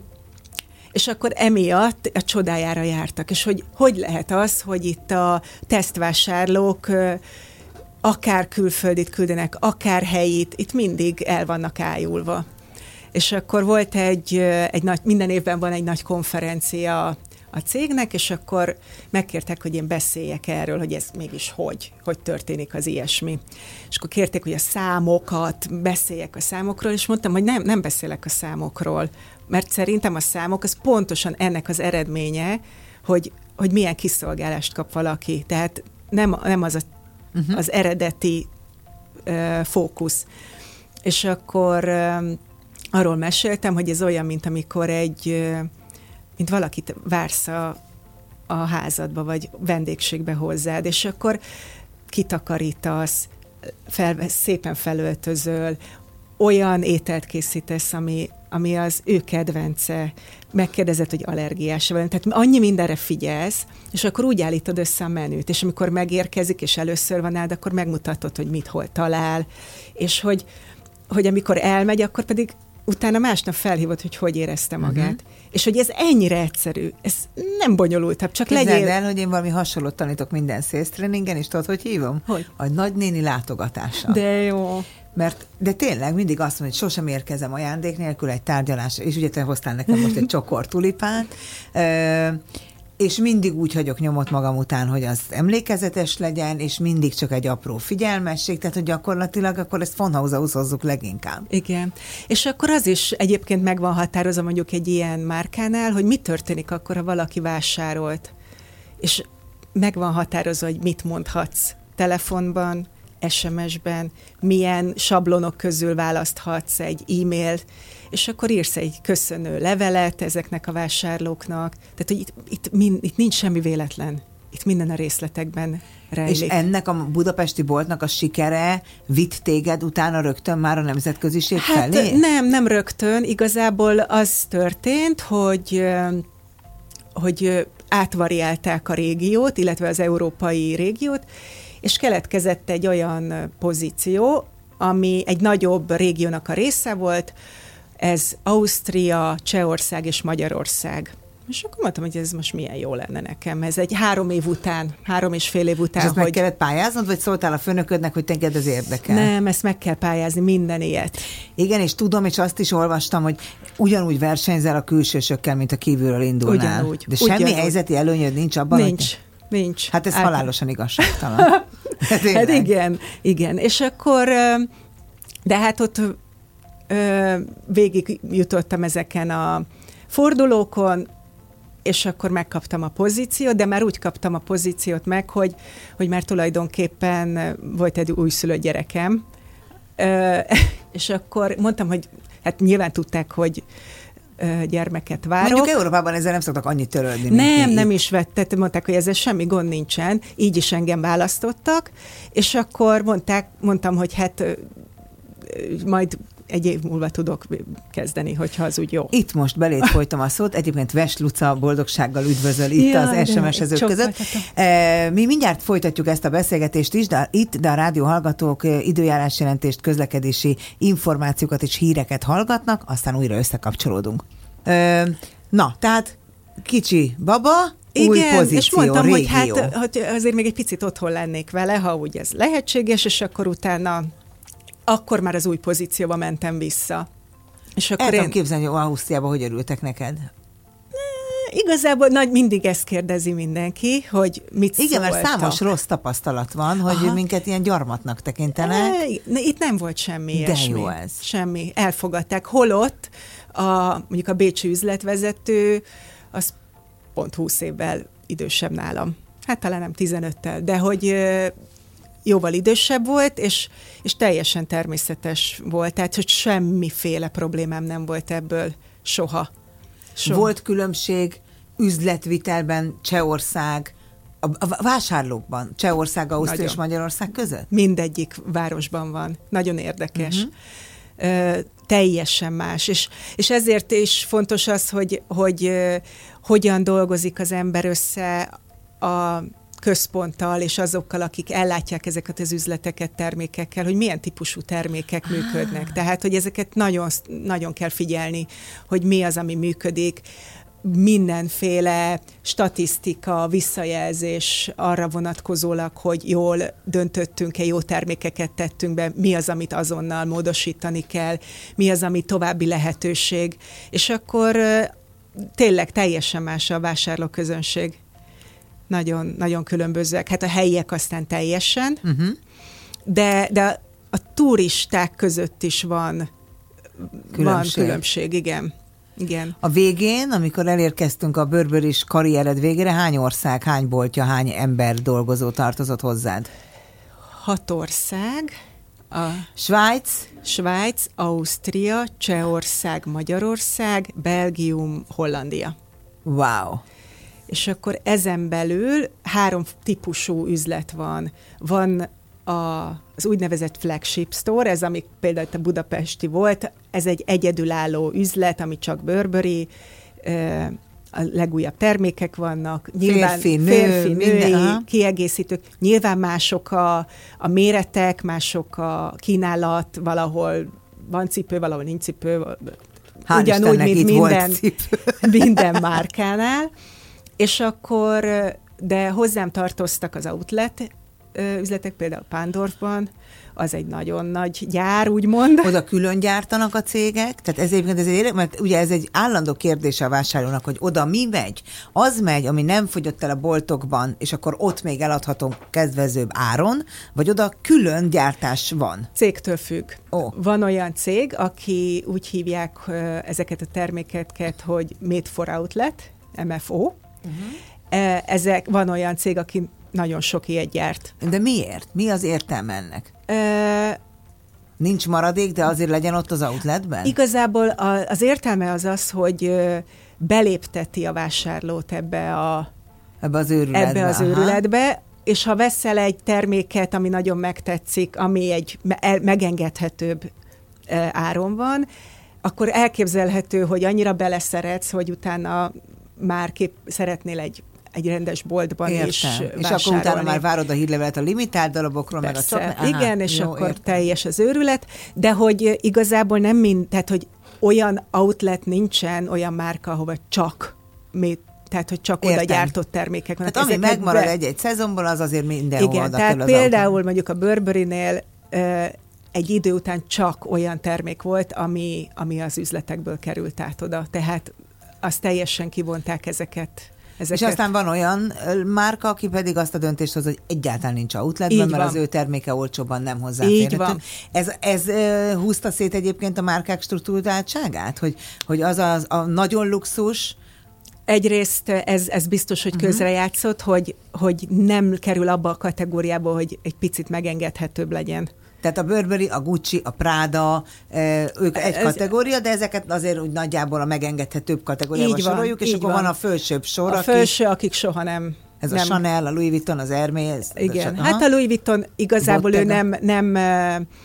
Speaker 3: És akkor emiatt a csodájára jártak. És hogy hogy lehet az, hogy itt a tesztvásárlók akár külföldit küldenek, akár helyit, itt mindig el vannak ájulva. És akkor volt egy, egy nagy, minden évben van egy nagy konferencia a cégnek, és akkor megkértek, hogy én beszéljek erről, hogy ez mégis hogy, hogy történik az ilyesmi. És akkor kérték, hogy a számokat, beszéljek a számokról, és mondtam, hogy nem, nem beszélek a számokról, mert szerintem a számok az pontosan ennek az eredménye, hogy, hogy milyen kiszolgálást kap valaki. Tehát nem, nem az a, uh-huh. az eredeti uh, fókusz. És akkor uh, arról meséltem, hogy ez olyan, mint amikor egy, uh, mint valakit vársz a, a házadba, vagy vendégségbe hozzád, és akkor kitakarítasz, fel, szépen felöltözöl, olyan ételt készítesz, ami, ami az ő kedvence, megkérdezed, hogy allergiás vagy. Tehát annyi mindenre figyelsz, és akkor úgy állítod össze a menüt, és amikor megérkezik, és először van nálad, akkor megmutatod, hogy mit hol talál, és hogy, hogy amikor elmegy, akkor pedig utána másnap felhívod, hogy hogy érezte magát. Uh-huh. És hogy ez ennyire egyszerű, ez nem bonyolultabb, csak
Speaker 2: Képzeld
Speaker 3: legyél...
Speaker 2: el, hogy én valami hasonlót tanítok minden sales tréningen, és tudod, hogy hívom?
Speaker 3: Hogy?
Speaker 2: A nagynéni látogatása.
Speaker 3: De jó.
Speaker 2: Mert, de tényleg mindig azt mondom, hogy sosem érkezem ajándék nélkül egy tárgyalásra, és ugye te hoztál nekem most egy csokor tulipánt, és mindig úgy hagyok nyomot magam után, hogy az emlékezetes legyen, és mindig csak egy apró figyelmesség, tehát hogy gyakorlatilag akkor ezt von Haushoz hozzuk leginkább.
Speaker 3: Igen. És akkor az is egyébként meg van határozva mondjuk egy ilyen márkánál, hogy mi történik akkor, ha valaki vásárolt, és meg van határozva, hogy mit mondhatsz telefonban, es em es-ben, milyen sablonok közül választhatsz egy e-mailt, és akkor írsz egy köszönő levelet ezeknek a vásárlóknak. Tehát, hogy itt, itt, mind, itt nincs semmi véletlen. Itt minden a részletekben rejlik.
Speaker 2: És ennek a budapesti boltnak a sikere vitt téged utána rögtön már a nemzetköziség
Speaker 3: hát
Speaker 2: felé?
Speaker 3: Nem, nem rögtön. Igazából az történt, hogy, hogy átvariálták a régiót, illetve az európai régiót, és keletkezett egy olyan pozíció, ami egy nagyobb régiónak a része volt, ez Ausztria, Csehország és Magyarország. És akkor mondtam, hogy ez most milyen jó lenne nekem. Ez egy három év után, három és fél év után.
Speaker 2: És ezt
Speaker 3: hogy...
Speaker 2: meg kellett pályáznod, vagy szóltál a főnöködnek, hogy téged ez érdekel?
Speaker 3: Nem, ezt meg kell pályázni, minden ilyet.
Speaker 2: Igen, és tudom, és azt is olvastam, hogy ugyanúgy versenyzel a külsősökkel, mint a kívülről indulnál.
Speaker 3: Ugyanúgy.
Speaker 2: De semmi
Speaker 3: ugyanúgy.
Speaker 2: helyzeti előnyöd nincs abban?
Speaker 3: Nincs.
Speaker 2: Hogy...
Speaker 3: Nincs.
Speaker 2: Hát ez
Speaker 3: Át...
Speaker 2: halálosan igazságtalan.
Speaker 3: Hát igen, igen. És akkor, de hát ott végig jutottam ezeken a fordulókon, és akkor megkaptam a pozíciót, de már úgy kaptam a pozíciót meg, hogy, hogy már tulajdonképpen volt egy újszülött gyerekem, és akkor mondtam, hogy hát nyilván tudták, hogy gyermeket várok.
Speaker 2: Mondjuk Európában ezzel nem szoktak annyit törődni.
Speaker 3: Nem, nem is vett, tehát mondták, hogy ezzel semmi gond nincsen, így is engem választottak, és akkor mondták, mondtam, hogy hát majd egy év múlva tudok kezdeni, hogyha az úgy jó.
Speaker 2: Itt most belét folytam a szót, egyébként Ves Luca boldogsággal üdvözöl itt
Speaker 3: ja,
Speaker 2: az es em es-ezők között. E, mi mindjárt folytatjuk ezt a beszélgetést is, de itt, de a rádió hallgatók időjárásjelentést, közlekedési információkat és híreket hallgatnak, aztán újra összekapcsolódunk. E, na, tehát kicsi baba,
Speaker 3: igen,
Speaker 2: új pozíció,
Speaker 3: és mondtam,
Speaker 2: régió.
Speaker 3: hogy hát hogy azért még egy picit otthon lennék vele, ha úgy ez lehetséges, és akkor utána akkor már az új pozícióba mentem vissza. És akkor
Speaker 2: El tudom
Speaker 3: én...
Speaker 2: képzelni, hogy Ausztriába hogy örültek neked?
Speaker 3: Igazából nagy, mindig ezt kérdezi mindenki, hogy mit
Speaker 2: Igen,
Speaker 3: szóltak.
Speaker 2: mert számos rossz tapasztalat van, hogy Aha. minket ilyen gyarmatnak tekintenek.
Speaker 3: E, itt nem volt semmi
Speaker 2: De
Speaker 3: ilyesmi.
Speaker 2: jó ez.
Speaker 3: Semmi. Elfogadták. Holott a, mondjuk a bécsi üzletvezető, az pont húsz évvel idősebb nálam. Hát talán nem tizenöttel, de hogy jóval idősebb volt, és, és teljesen természetes volt, tehát hogy semmiféle problémám nem volt ebből soha. soha.
Speaker 2: Volt különbség üzletvitelben Csehország, a, a vásárlókban Csehország, Ausztria és Magyarország között?
Speaker 3: Mindegyik városban van. Nagyon érdekes. Uh-huh. Ö, teljesen más. És, és ezért is fontos az, hogy, hogy ö, hogyan dolgozik az ember össze a központtal, és azokkal, akik ellátják ezeket az üzleteket termékekkel, hogy milyen típusú termékek működnek. Tehát, hogy ezeket nagyon, nagyon kell figyelni, hogy mi az, ami működik. Mindenféle statisztika, visszajelzés arra vonatkozólag, hogy jól döntöttünk-e, jó termékeket tettünk be, mi az, amit azonnal módosítani kell, mi az, ami további lehetőség. És akkor tényleg teljesen más a vásárlóközönség. Nagyon, nagyon különbözőek. Hát a helyiek aztán teljesen, uh-huh. de, de a turisták között is van különbség, van különbség igen. igen.
Speaker 2: A végén, amikor elérkeztünk a bőrböris karriered végére, hány ország, hány boltja, hány ember dolgozó tartozott hozzád?
Speaker 3: Hat ország. A
Speaker 2: Svájc?
Speaker 3: Svájc, Ausztria, Csehország, Magyarország, Belgium, Hollandia.
Speaker 2: Wow!
Speaker 3: És akkor ezen belül három típusú üzlet van. Van a, az úgynevezett flagship store, ez ami például a budapesti volt, ez egy egyedülálló üzlet, ami csak Burberry, a legújabb termékek vannak, nyilván
Speaker 2: férfi, nő,
Speaker 3: férfi női,
Speaker 2: minden,
Speaker 3: kiegészítők, nyilván mások a, a méretek, mások a kínálat, valahol van cipő, valahol nincs cipő,
Speaker 2: Hál'
Speaker 3: ugyanúgy,
Speaker 2: Istennek
Speaker 3: mint minden,
Speaker 2: cipő.
Speaker 3: minden márkánál. És akkor, de hozzám tartoztak az outlet üzletek, például Pándorfban, az egy nagyon nagy gyár, úgymond.
Speaker 2: Oda külön gyártanak a cégek? Tehát ez egyébként ez egy, mert ugye ez egy állandó kérdése a vásárlónak, hogy oda mi megy? Az megy, ami nem fogyott el a boltokban, és akkor ott még eladhatunk kedvezőbb áron, vagy oda külön gyártás van?
Speaker 3: Cégtől függ.
Speaker 2: Oh.
Speaker 3: Van olyan cég, aki úgy hívják ezeket a termékeket, hogy Made for Outlet, em ef o. Uh-huh. Ezek, van olyan cég, aki nagyon sok ilyet gyárt.
Speaker 2: De miért? Mi az értelme ennek?
Speaker 3: Uh,
Speaker 2: Nincs maradék, de azért legyen ott az outletben?
Speaker 3: Igazából a, az értelme az az, hogy belépteti a vásárlót ebbe, a,
Speaker 2: ebbe az őrületbe.
Speaker 3: Ebbe az őrületbe, és ha veszel egy terméket, ami nagyon megtetszik, ami egy megengedhetőbb áron van, akkor elképzelhető, hogy annyira beleszeretsz, hogy utána már kép, szeretnél egy, egy rendes boltban
Speaker 2: Értem.
Speaker 3: is vásárolni.
Speaker 2: És akkor utána már várod a hírlevelet a limitált darabokról, meg a
Speaker 3: szok...
Speaker 2: Aha,
Speaker 3: igen, és
Speaker 2: jó,
Speaker 3: akkor
Speaker 2: értem.
Speaker 3: teljes az őrület, de hogy igazából nem mind, tehát hogy olyan outlet nincsen, olyan márka, ahova csak még, tehát, hogy csak oda gyártott termékek vannak.
Speaker 2: Tehát ami megmarad be... egy-egy szezonból, az azért mindenhol
Speaker 3: igen,
Speaker 2: oda
Speaker 3: tehát
Speaker 2: kerül az
Speaker 3: például
Speaker 2: autó.
Speaker 3: mondjuk a Burberrynél uh, egy idő után csak olyan termék volt, ami, ami az üzletekből került át oda. Tehát azt teljesen kivonták ezeket. ezeket.
Speaker 2: És aztán van olyan márka, aki pedig azt a döntést hoz, hogy egyáltalán nincs outletben,
Speaker 3: Így
Speaker 2: mert
Speaker 3: van.
Speaker 2: az ő terméke olcsóban nem hozzáférhető.
Speaker 3: Így van.
Speaker 2: Ez, ez uh, húzta szét egyébként a márkák struktúráltságát? Hogy, hogy az a, a nagyon luxus.
Speaker 3: Egyrészt ez, ez biztos, hogy közrejátszott, hogy, hogy nem kerül abba a kategóriába, hogy egy picit megengedhetőbb legyen.
Speaker 2: Tehát a Burberry, a Gucci, a Prada, ők egy ez, kategória, de ezeket azért úgy nagyjából a megengedhetőbb kategóriába
Speaker 3: így van,
Speaker 2: soroljuk, és akkor van. van a felsőbb sor,
Speaker 3: A
Speaker 2: aki,
Speaker 3: felső, akik soha nem...
Speaker 2: Ez
Speaker 3: nem,
Speaker 2: a Chanel, a Louis Vuitton, az Hermès.
Speaker 3: Igen,
Speaker 2: a,
Speaker 3: hát a Louis Vuitton igazából
Speaker 2: Bottega.
Speaker 3: ő nem, nem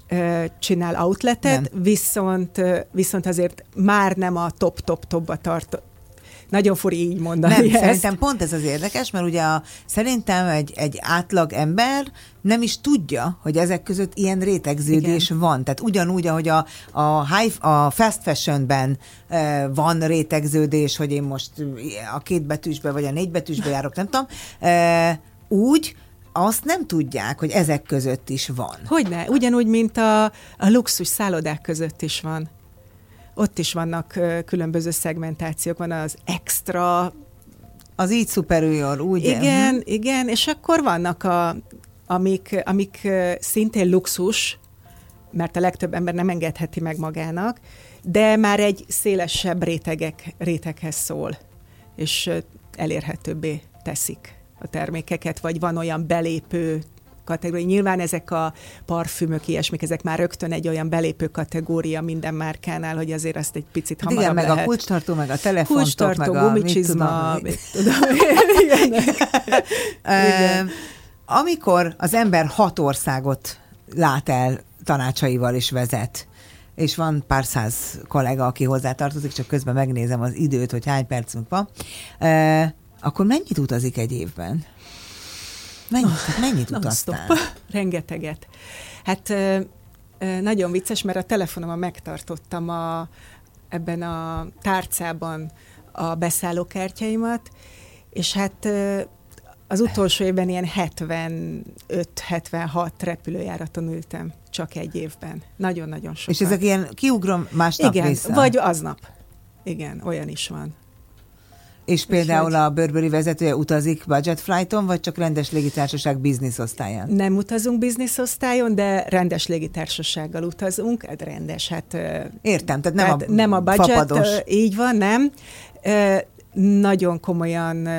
Speaker 3: csinál outletet,
Speaker 2: nem.
Speaker 3: Viszont, viszont azért már nem a top-top-topba tart. Nagyon furi így mondani
Speaker 2: Nem,
Speaker 3: ezt.
Speaker 2: szerintem pont ez az érdekes, mert ugye a, szerintem egy, egy átlag ember nem is tudja, hogy ezek között ilyen rétegződés Igen. van. Tehát ugyanúgy, ahogy a, a, high, a fast fashionben e, van rétegződés, hogy én most a két betűsbe vagy a négy betűsbe járok, nem tudom, e, úgy azt nem tudják, hogy ezek között is van.
Speaker 3: Hogyne, ugyanúgy, mint a, a luxus szállodák között is van. Ott is vannak uh, különböző szegmentációk, van az extra.
Speaker 2: Az így superior, úgy?
Speaker 3: Igen, hm. igen, és akkor vannak, a, amik, amik uh, szintén luxus, mert a legtöbb ember nem engedheti meg magának, de már egy szélesebb rétegek, réteghez szól, és uh, elérhetőbbé teszik a termékeket, vagy van olyan belépő kategória. Nyilván ezek a parfümök, ilyesmik, ezek már rögtön egy olyan belépő kategória minden márkánál, hogy azért azt egy picit hamarabb
Speaker 2: igen, meg
Speaker 3: lehet.
Speaker 2: a kulcstartó, meg a telefontok,
Speaker 3: kulcstartó,
Speaker 2: meg a
Speaker 3: gumicsizma,
Speaker 2: mit
Speaker 3: tudom.
Speaker 2: Igen. Amikor az ember hat országot lát el tanácsaival is vezet, és van pár száz kollega, aki hozzátartozik, csak közben megnézem az időt, hogy hány percünk van, akkor mennyit utazik egy évben? Mennyit, mennyit utaztál?
Speaker 3: Rengeteget. Hát nagyon vicces, mert a telefonomon megtartottam a, ebben a tárcában a beszállókártyáimat, és hát az utolsó évben ilyen hetvenöt-hetvenhat repülőjáraton ültem csak egy évben. Nagyon-nagyon sokat.
Speaker 2: És ezek ilyen kiugrom másnap
Speaker 3: Igen,
Speaker 2: vissza?
Speaker 3: vagy aznap. Igen, olyan is van.
Speaker 2: És például a Burberry vezetője utazik budget flighton, vagy csak rendes légitársaság business osztályán?
Speaker 3: Nem utazunk business osztályon, de rendes légitársasággal utazunk. Hát rendes, hát...
Speaker 2: Értem, tehát nem tehát a
Speaker 3: nem a budget,
Speaker 2: fapados.
Speaker 3: Így van, nem. Nagyon komolyan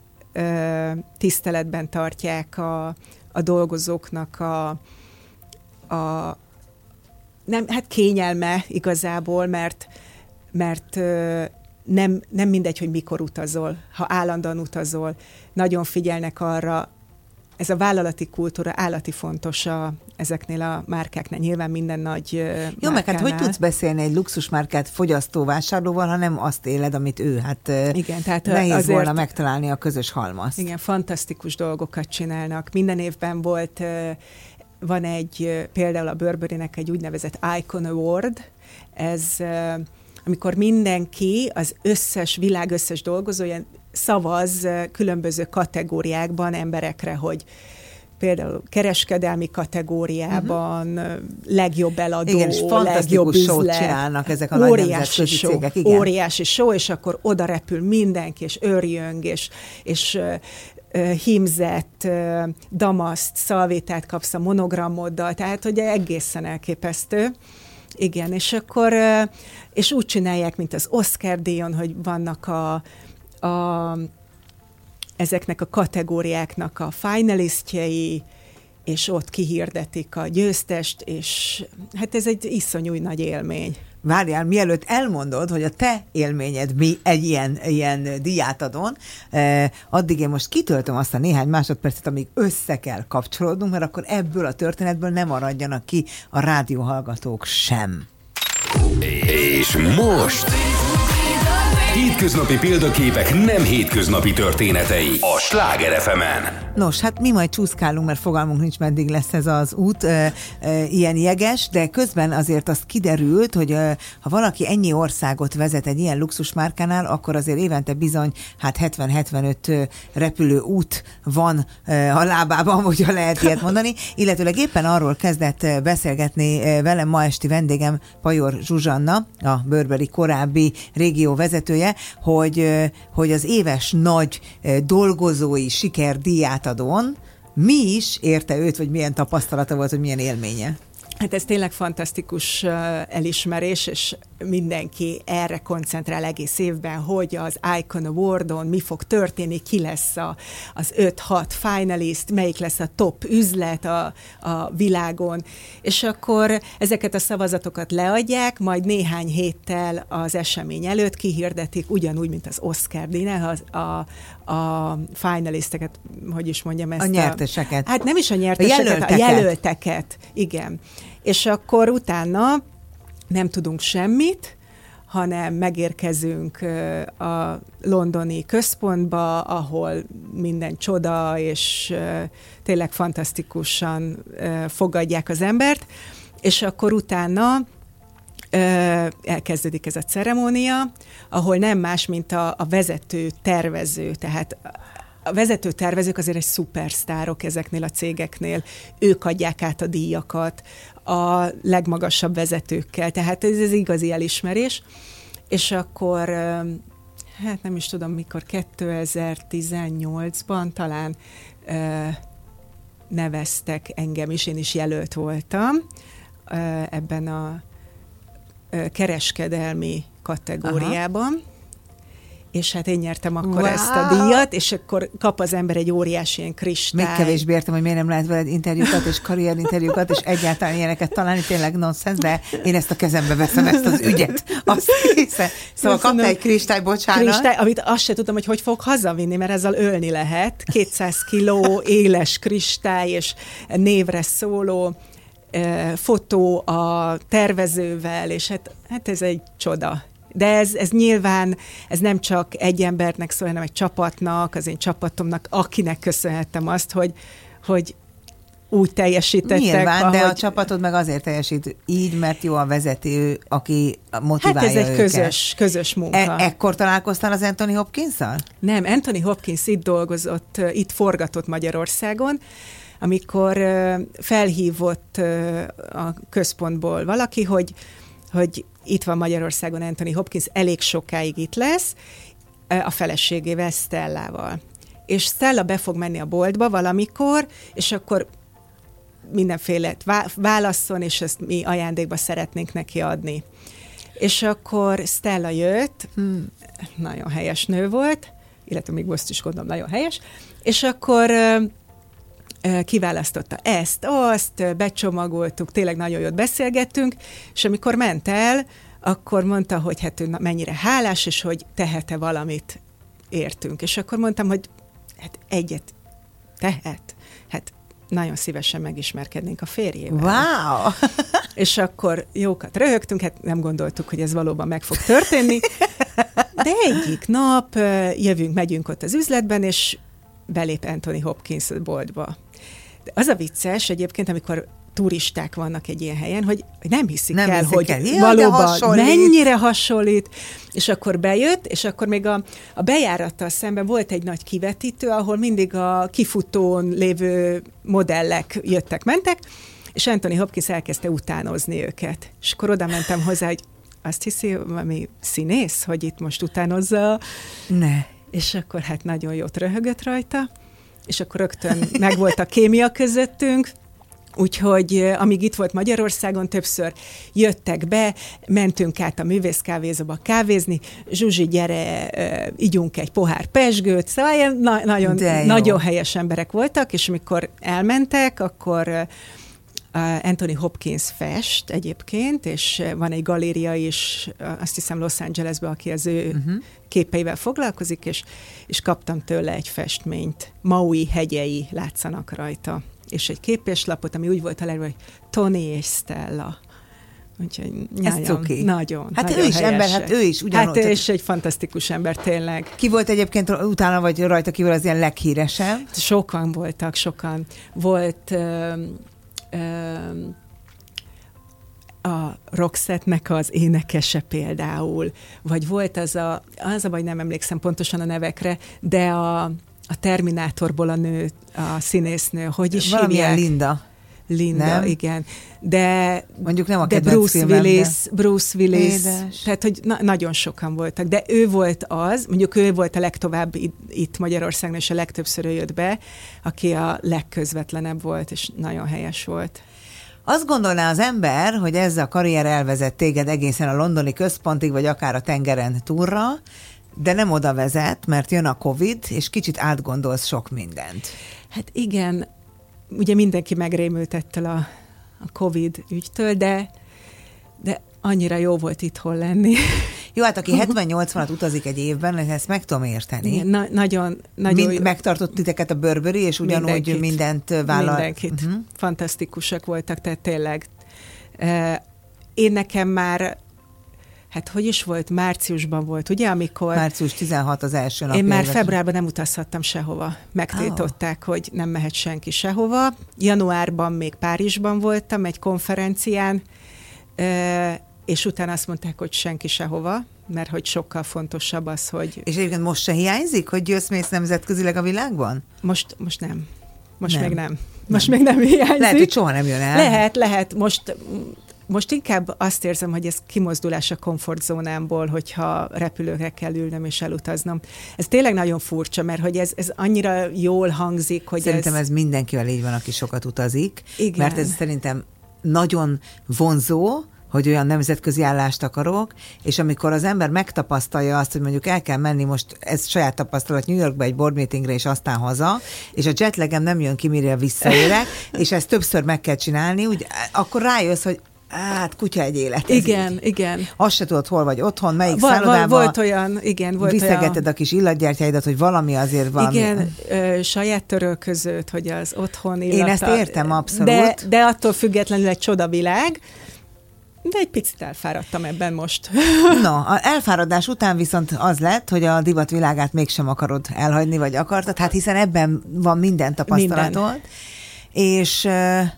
Speaker 3: tiszteletben tartják a, a dolgozóknak a, a nem, hát kényelme igazából, mert, mert nem, nem mindegy, hogy mikor utazol, ha állandóan utazol. Nagyon figyelnek arra, ez a vállalati kultúra állati fontos a, ezeknél a márkáknál, nyilván minden nagy Jó, márkánál.
Speaker 2: Meg hát hogy tudsz beszélni egy luxusmárkát fogyasztóvásárlóval, ha nem azt éled, amit ő? Hát igen, tehát nehéz azért volna megtalálni a közös halmazt.
Speaker 3: Igen, fantasztikus dolgokat csinálnak. Minden évben volt, van egy, például a Burberrynek egy úgynevezett Icon Award, ez amikor mindenki, az összes, világ összes dolgozója szavaz különböző kategóriákban emberekre, hogy például kereskedelmi kategóriában uh-huh. legjobb eladó,
Speaker 2: igen, és
Speaker 3: legjobb üzlet.
Speaker 2: Csinálnak ezek a nagy nemzetközi cégek.
Speaker 3: Igen. Óriási show, és akkor oda repül mindenki, és őrjöng, és, és uh, hímzett, uh, damaszt, szalvétát kapsz a monogramoddal, tehát hogy egészen elképesztő. Igen, és akkor, és úgy csinálják, mint az Oscar díjon, hogy vannak a, a, ezeknek a kategóriáknak a finalistjei, és ott kihirdetik a győztest, és hát ez egy iszonyú nagy élmény.
Speaker 2: Várjál, mielőtt elmondod, hogy a te élményed mi egy ilyen, ilyen díjátadón, eh, addig én most kitöltöm azt a néhány másodpercet, amíg össze kell kapcsolódnunk, mert akkor ebből a történetből nem maradjanak ki a rádióhallgatók sem.
Speaker 1: És most... Hétköznapi példaképek nem hétköznapi történetei a Sláger ef emen.
Speaker 2: Nos, hát mi majd csúszkálunk, mert fogalmunk nincs, meddig lesz ez az út, e, e, ilyen jeges, de közben azért azt kiderült, hogy e, ha valaki ennyi országot vezet egy ilyen luxusmárkánál, akkor azért évente bizony hát hetven-hetvenöt repülő út van e, a lábában, hogyha lehet ilyet mondani, illetőleg éppen arról kezdett beszélgetni velem ma esti vendégem, Pajor Zsuzsanna, a Burberry korábbi régió vezetője, hogy, hogy az éves nagy dolgozói sikerdíjátadón mi is érte őt, vagy milyen tapasztalata volt, vagy milyen élménye?
Speaker 3: Hát ez tényleg fantasztikus elismerés, és mindenki erre koncentrál egész évben, hogy az Icon Awardon mi fog történni, ki lesz a, az öt-hat finalist, melyik lesz a top üzlet a, a világon, és akkor ezeket a szavazatokat leadják, majd néhány héttel az esemény előtt kihirdetik, ugyanúgy, mint az Oscar-díjnál, az a, a finalisteket, hogy is mondjam ezt.
Speaker 2: A nyerteseket.
Speaker 3: A, hát nem is a nyerteseket, a jelölteket. a jelölteket. Igen. És akkor utána nem tudunk semmit, hanem megérkezünk a londoni központba, ahol minden csoda, és tényleg fantasztikusan fogadják az embert, és akkor utána elkezdődik ez a ceremónia, ahol nem más, mint a, a vezető tervező, tehát a vezető tervezők azért egy szupersztárok ezeknél a cégeknél, ők adják át a díjakat a legmagasabb vezetőkkel, tehát ez az igazi elismerés, és akkor, hát nem is tudom mikor, kétezer-tizennyolcban talán neveztek engem is, én is jelölt voltam ebben a kereskedelmi kategóriában. Aha. És hát én nyertem akkor wow. ezt a díjat, és akkor kap az ember egy óriási ilyen kristály.
Speaker 2: Még kevésbé értem, hogy miért nem lehet veled interjúkat és karrierinterjúkat, és egyáltalán ilyeneket találni, tényleg nonsens, de én ezt a kezembe veszem, ezt az ügyet. Azt hiszem. Szóval kapta egy kristály, bocsánat. Kristály,
Speaker 3: amit azt se tudtam, hogy hogy fog hazavinni, mert ezzel ölni lehet. kétszáz kiló éles kristály, és névre szóló fotó a tervezővel, és hát, hát ez egy csoda. De ez, ez nyilván, ez nem csak egy embernek szól, hanem egy csapatnak, az én csapatomnak, akinek köszönhettem azt, hogy, hogy úgy teljesítettek.
Speaker 2: Nyilván,
Speaker 3: ahogy...
Speaker 2: de a csapatod meg azért teljesít így, mert jó a vezető, aki motiválja
Speaker 3: őket. Hát ez egy
Speaker 2: őket.
Speaker 3: közös, közös munka.
Speaker 2: E- ekkor találkoztál az Anthony Hopkinsszal?
Speaker 3: Nem, Anthony Hopkins itt dolgozott, itt forgatott Magyarországon, amikor felhívott a központból valaki, hogy, hogy itt van Magyarországon Anthony Hopkins, elég sokáig itt lesz, a feleségével, Stellával. És Stella be fog menni a boltba valamikor, és akkor mindenféle válasszon, és ezt mi ajándékba szeretnénk neki adni. És akkor Stella jött, hmm, nagyon helyes nő volt, illetve még most is gondolom nagyon helyes, és akkor kiválasztotta ezt, azt, becsomagoltuk, tényleg nagyon jót beszélgettünk, és amikor ment el, akkor mondta, hogy hát ő mennyire hálás, és hogy tehet-e valamit értünk. És akkor mondtam, hogy hát egyet tehet. Hát nagyon szívesen megismerkednénk a férjével.
Speaker 2: Wow!
Speaker 3: És akkor jókat röhögtünk, hát nem gondoltuk, hogy ez valóban meg fog történni, de egyik nap jövünk, megyünk ott az üzletben, és belép Anthony Hopkins boltba. De az a vicces egyébként, amikor turisták vannak egy ilyen helyen, hogy nem hiszik nem el, hogy el. Ja, valóban hasonlít. Mennyire hasonlít, és akkor bejött, és akkor még a, a bejárattal szemben volt egy nagy kivetítő, ahol mindig a kifutón lévő modellek jöttek-mentek, és Anthony Hopkins elkezdte utánozni őket. És akkor oda mentem hozzá, hogy azt hiszi, valami színész, hogy itt most utánozza.
Speaker 2: Ne.
Speaker 3: És akkor hát nagyon jót röhögött rajta, és akkor rögtön megvolt a kémia közöttünk, úgyhogy amíg itt volt Magyarországon, többször jöttek be, mentünk át a művészkávézóba kávézni, Zsuzsi, gyere, uh, igyunk egy pohár pezsgőt, szóval ilyen na- nagyon, nagyon helyes emberek voltak, és amikor elmentek, akkor uh, Anthony Hopkins fest egyébként, és van egy galéria is, azt hiszem Los Angelesben, aki az ő uh-huh. képeivel foglalkozik, és, és kaptam tőle egy festményt. Maui hegyei látszanak rajta. És egy képeslapot, ami úgy volt a leírva, hogy Tony és Stella. Úgyhogy nagyon, nagyon.
Speaker 2: Hát
Speaker 3: nagyon
Speaker 2: ő is
Speaker 3: helyes.
Speaker 2: ember, hát ő is ugyanott.
Speaker 3: Hát ő is egy fantasztikus ember, tényleg.
Speaker 2: Ki volt egyébként utána, vagy rajta kívül az ilyen leghíresebb?
Speaker 3: Sokan voltak, sokan. Volt... Uh, a Roxette-nek az énekese például, vagy volt az a, az a baj, nem emlékszem pontosan a nevekre, de a, a Terminátorból a nő, a színésznő, hogy is
Speaker 2: valamilyen
Speaker 3: hívják?
Speaker 2: Linda.
Speaker 3: Linda,
Speaker 2: nem?
Speaker 3: Igen. De,
Speaker 2: mondjuk nem a
Speaker 3: de
Speaker 2: kedvenc
Speaker 3: Bruce
Speaker 2: filmem,
Speaker 3: Willis,
Speaker 2: de...
Speaker 3: Bruce Willis,
Speaker 2: Édes.
Speaker 3: Tehát, hogy na- nagyon sokan voltak, de ő volt az, mondjuk ő volt a legtovább itt, itt Magyarországon, és a legtöbbször ő jött be, aki a legközvetlenebb volt, és nagyon helyes volt.
Speaker 2: Azt gondolná az ember, hogy ez a karrier elvezet téged egészen a londoni központig, vagy akár a tengeren túlra, de nem oda vezet, mert jön a Covid, és kicsit átgondolsz sok mindent.
Speaker 3: Hát igen, ugye mindenki megrémült ettől a, a Covid ügytől, de, de annyira jó volt itthon lenni.
Speaker 2: Jó, hát aki hetven-nyolcvanat utazik egy évben, ezt meg tudom érteni.
Speaker 3: Igen, na- nagyon, nagyon
Speaker 2: Mind, megtartott titeket a Burberry, és ugyanúgy mindenkit, mindent vállal.
Speaker 3: Mindenkit. Uh-huh. Fantasztikusak voltak, tehát tényleg. Én nekem már, hát hogy is volt, márciusban volt, ugye, amikor...
Speaker 2: Március tizenhat az első nap.
Speaker 3: Én már februárban nem utazhattam sehova. Megtiltották, oh. hogy nem mehet senki sehova. Januárban még Párizsban voltam egy konferencián, és utána azt mondták, hogy senki sehova, mert hogy sokkal fontosabb az, hogy...
Speaker 2: És egyébként most se hiányzik, hogy jössz-mész nemzetközileg a világban?
Speaker 3: Most, most nem. Most
Speaker 2: nem.
Speaker 3: még nem. Most nem. még nem hiányzik.
Speaker 2: Lehet, hogy soha nem jön el.
Speaker 3: Lehet, lehet. Most, most inkább azt érzem, hogy ez kimozdulás a komfortzónámból, hogyha repülőre kell ülnöm és elutaznom. Ez tényleg nagyon furcsa, mert hogy ez, ez annyira jól hangzik, hogy
Speaker 2: Szerintem
Speaker 3: ez...
Speaker 2: ez mindenkivel így van, aki sokat utazik.
Speaker 3: Igen.
Speaker 2: Mert ez szerintem nagyon vonzó, hogy olyan nemzetközi állást akarok, és amikor az ember megtapasztalja azt, hogy mondjuk el kell menni, most ez saját tapasztalat New Yorkba egy board meetingre, és aztán haza, és a jetlagem nem jön ki, mire visszaérek, és ezt többször meg kell csinálni, úgy, akkor rájössz, hogy hát kutya egy élet.
Speaker 3: Igen,
Speaker 2: így.
Speaker 3: igen.
Speaker 2: Azt se tudod, hol vagy otthon, melyik
Speaker 3: Val-
Speaker 2: szállodában.
Speaker 3: Volt olyan, igen, volt
Speaker 2: viszegeted
Speaker 3: olyan.
Speaker 2: a kis illatgyártyáidat, hogy valami azért valami.
Speaker 3: Igen, ö, saját törölközőt, hogy az otthon illata.
Speaker 2: Én ezt értem abszolút.
Speaker 3: De, de attól függetlenül egy csodavilág. De egy picit elfáradtam ebben most.
Speaker 2: No, a elfáradás után viszont az lett, hogy a divatvilágát mégsem akarod elhagyni, vagy akartad, hát hiszen ebben van minden tapasztalatod. Minden. És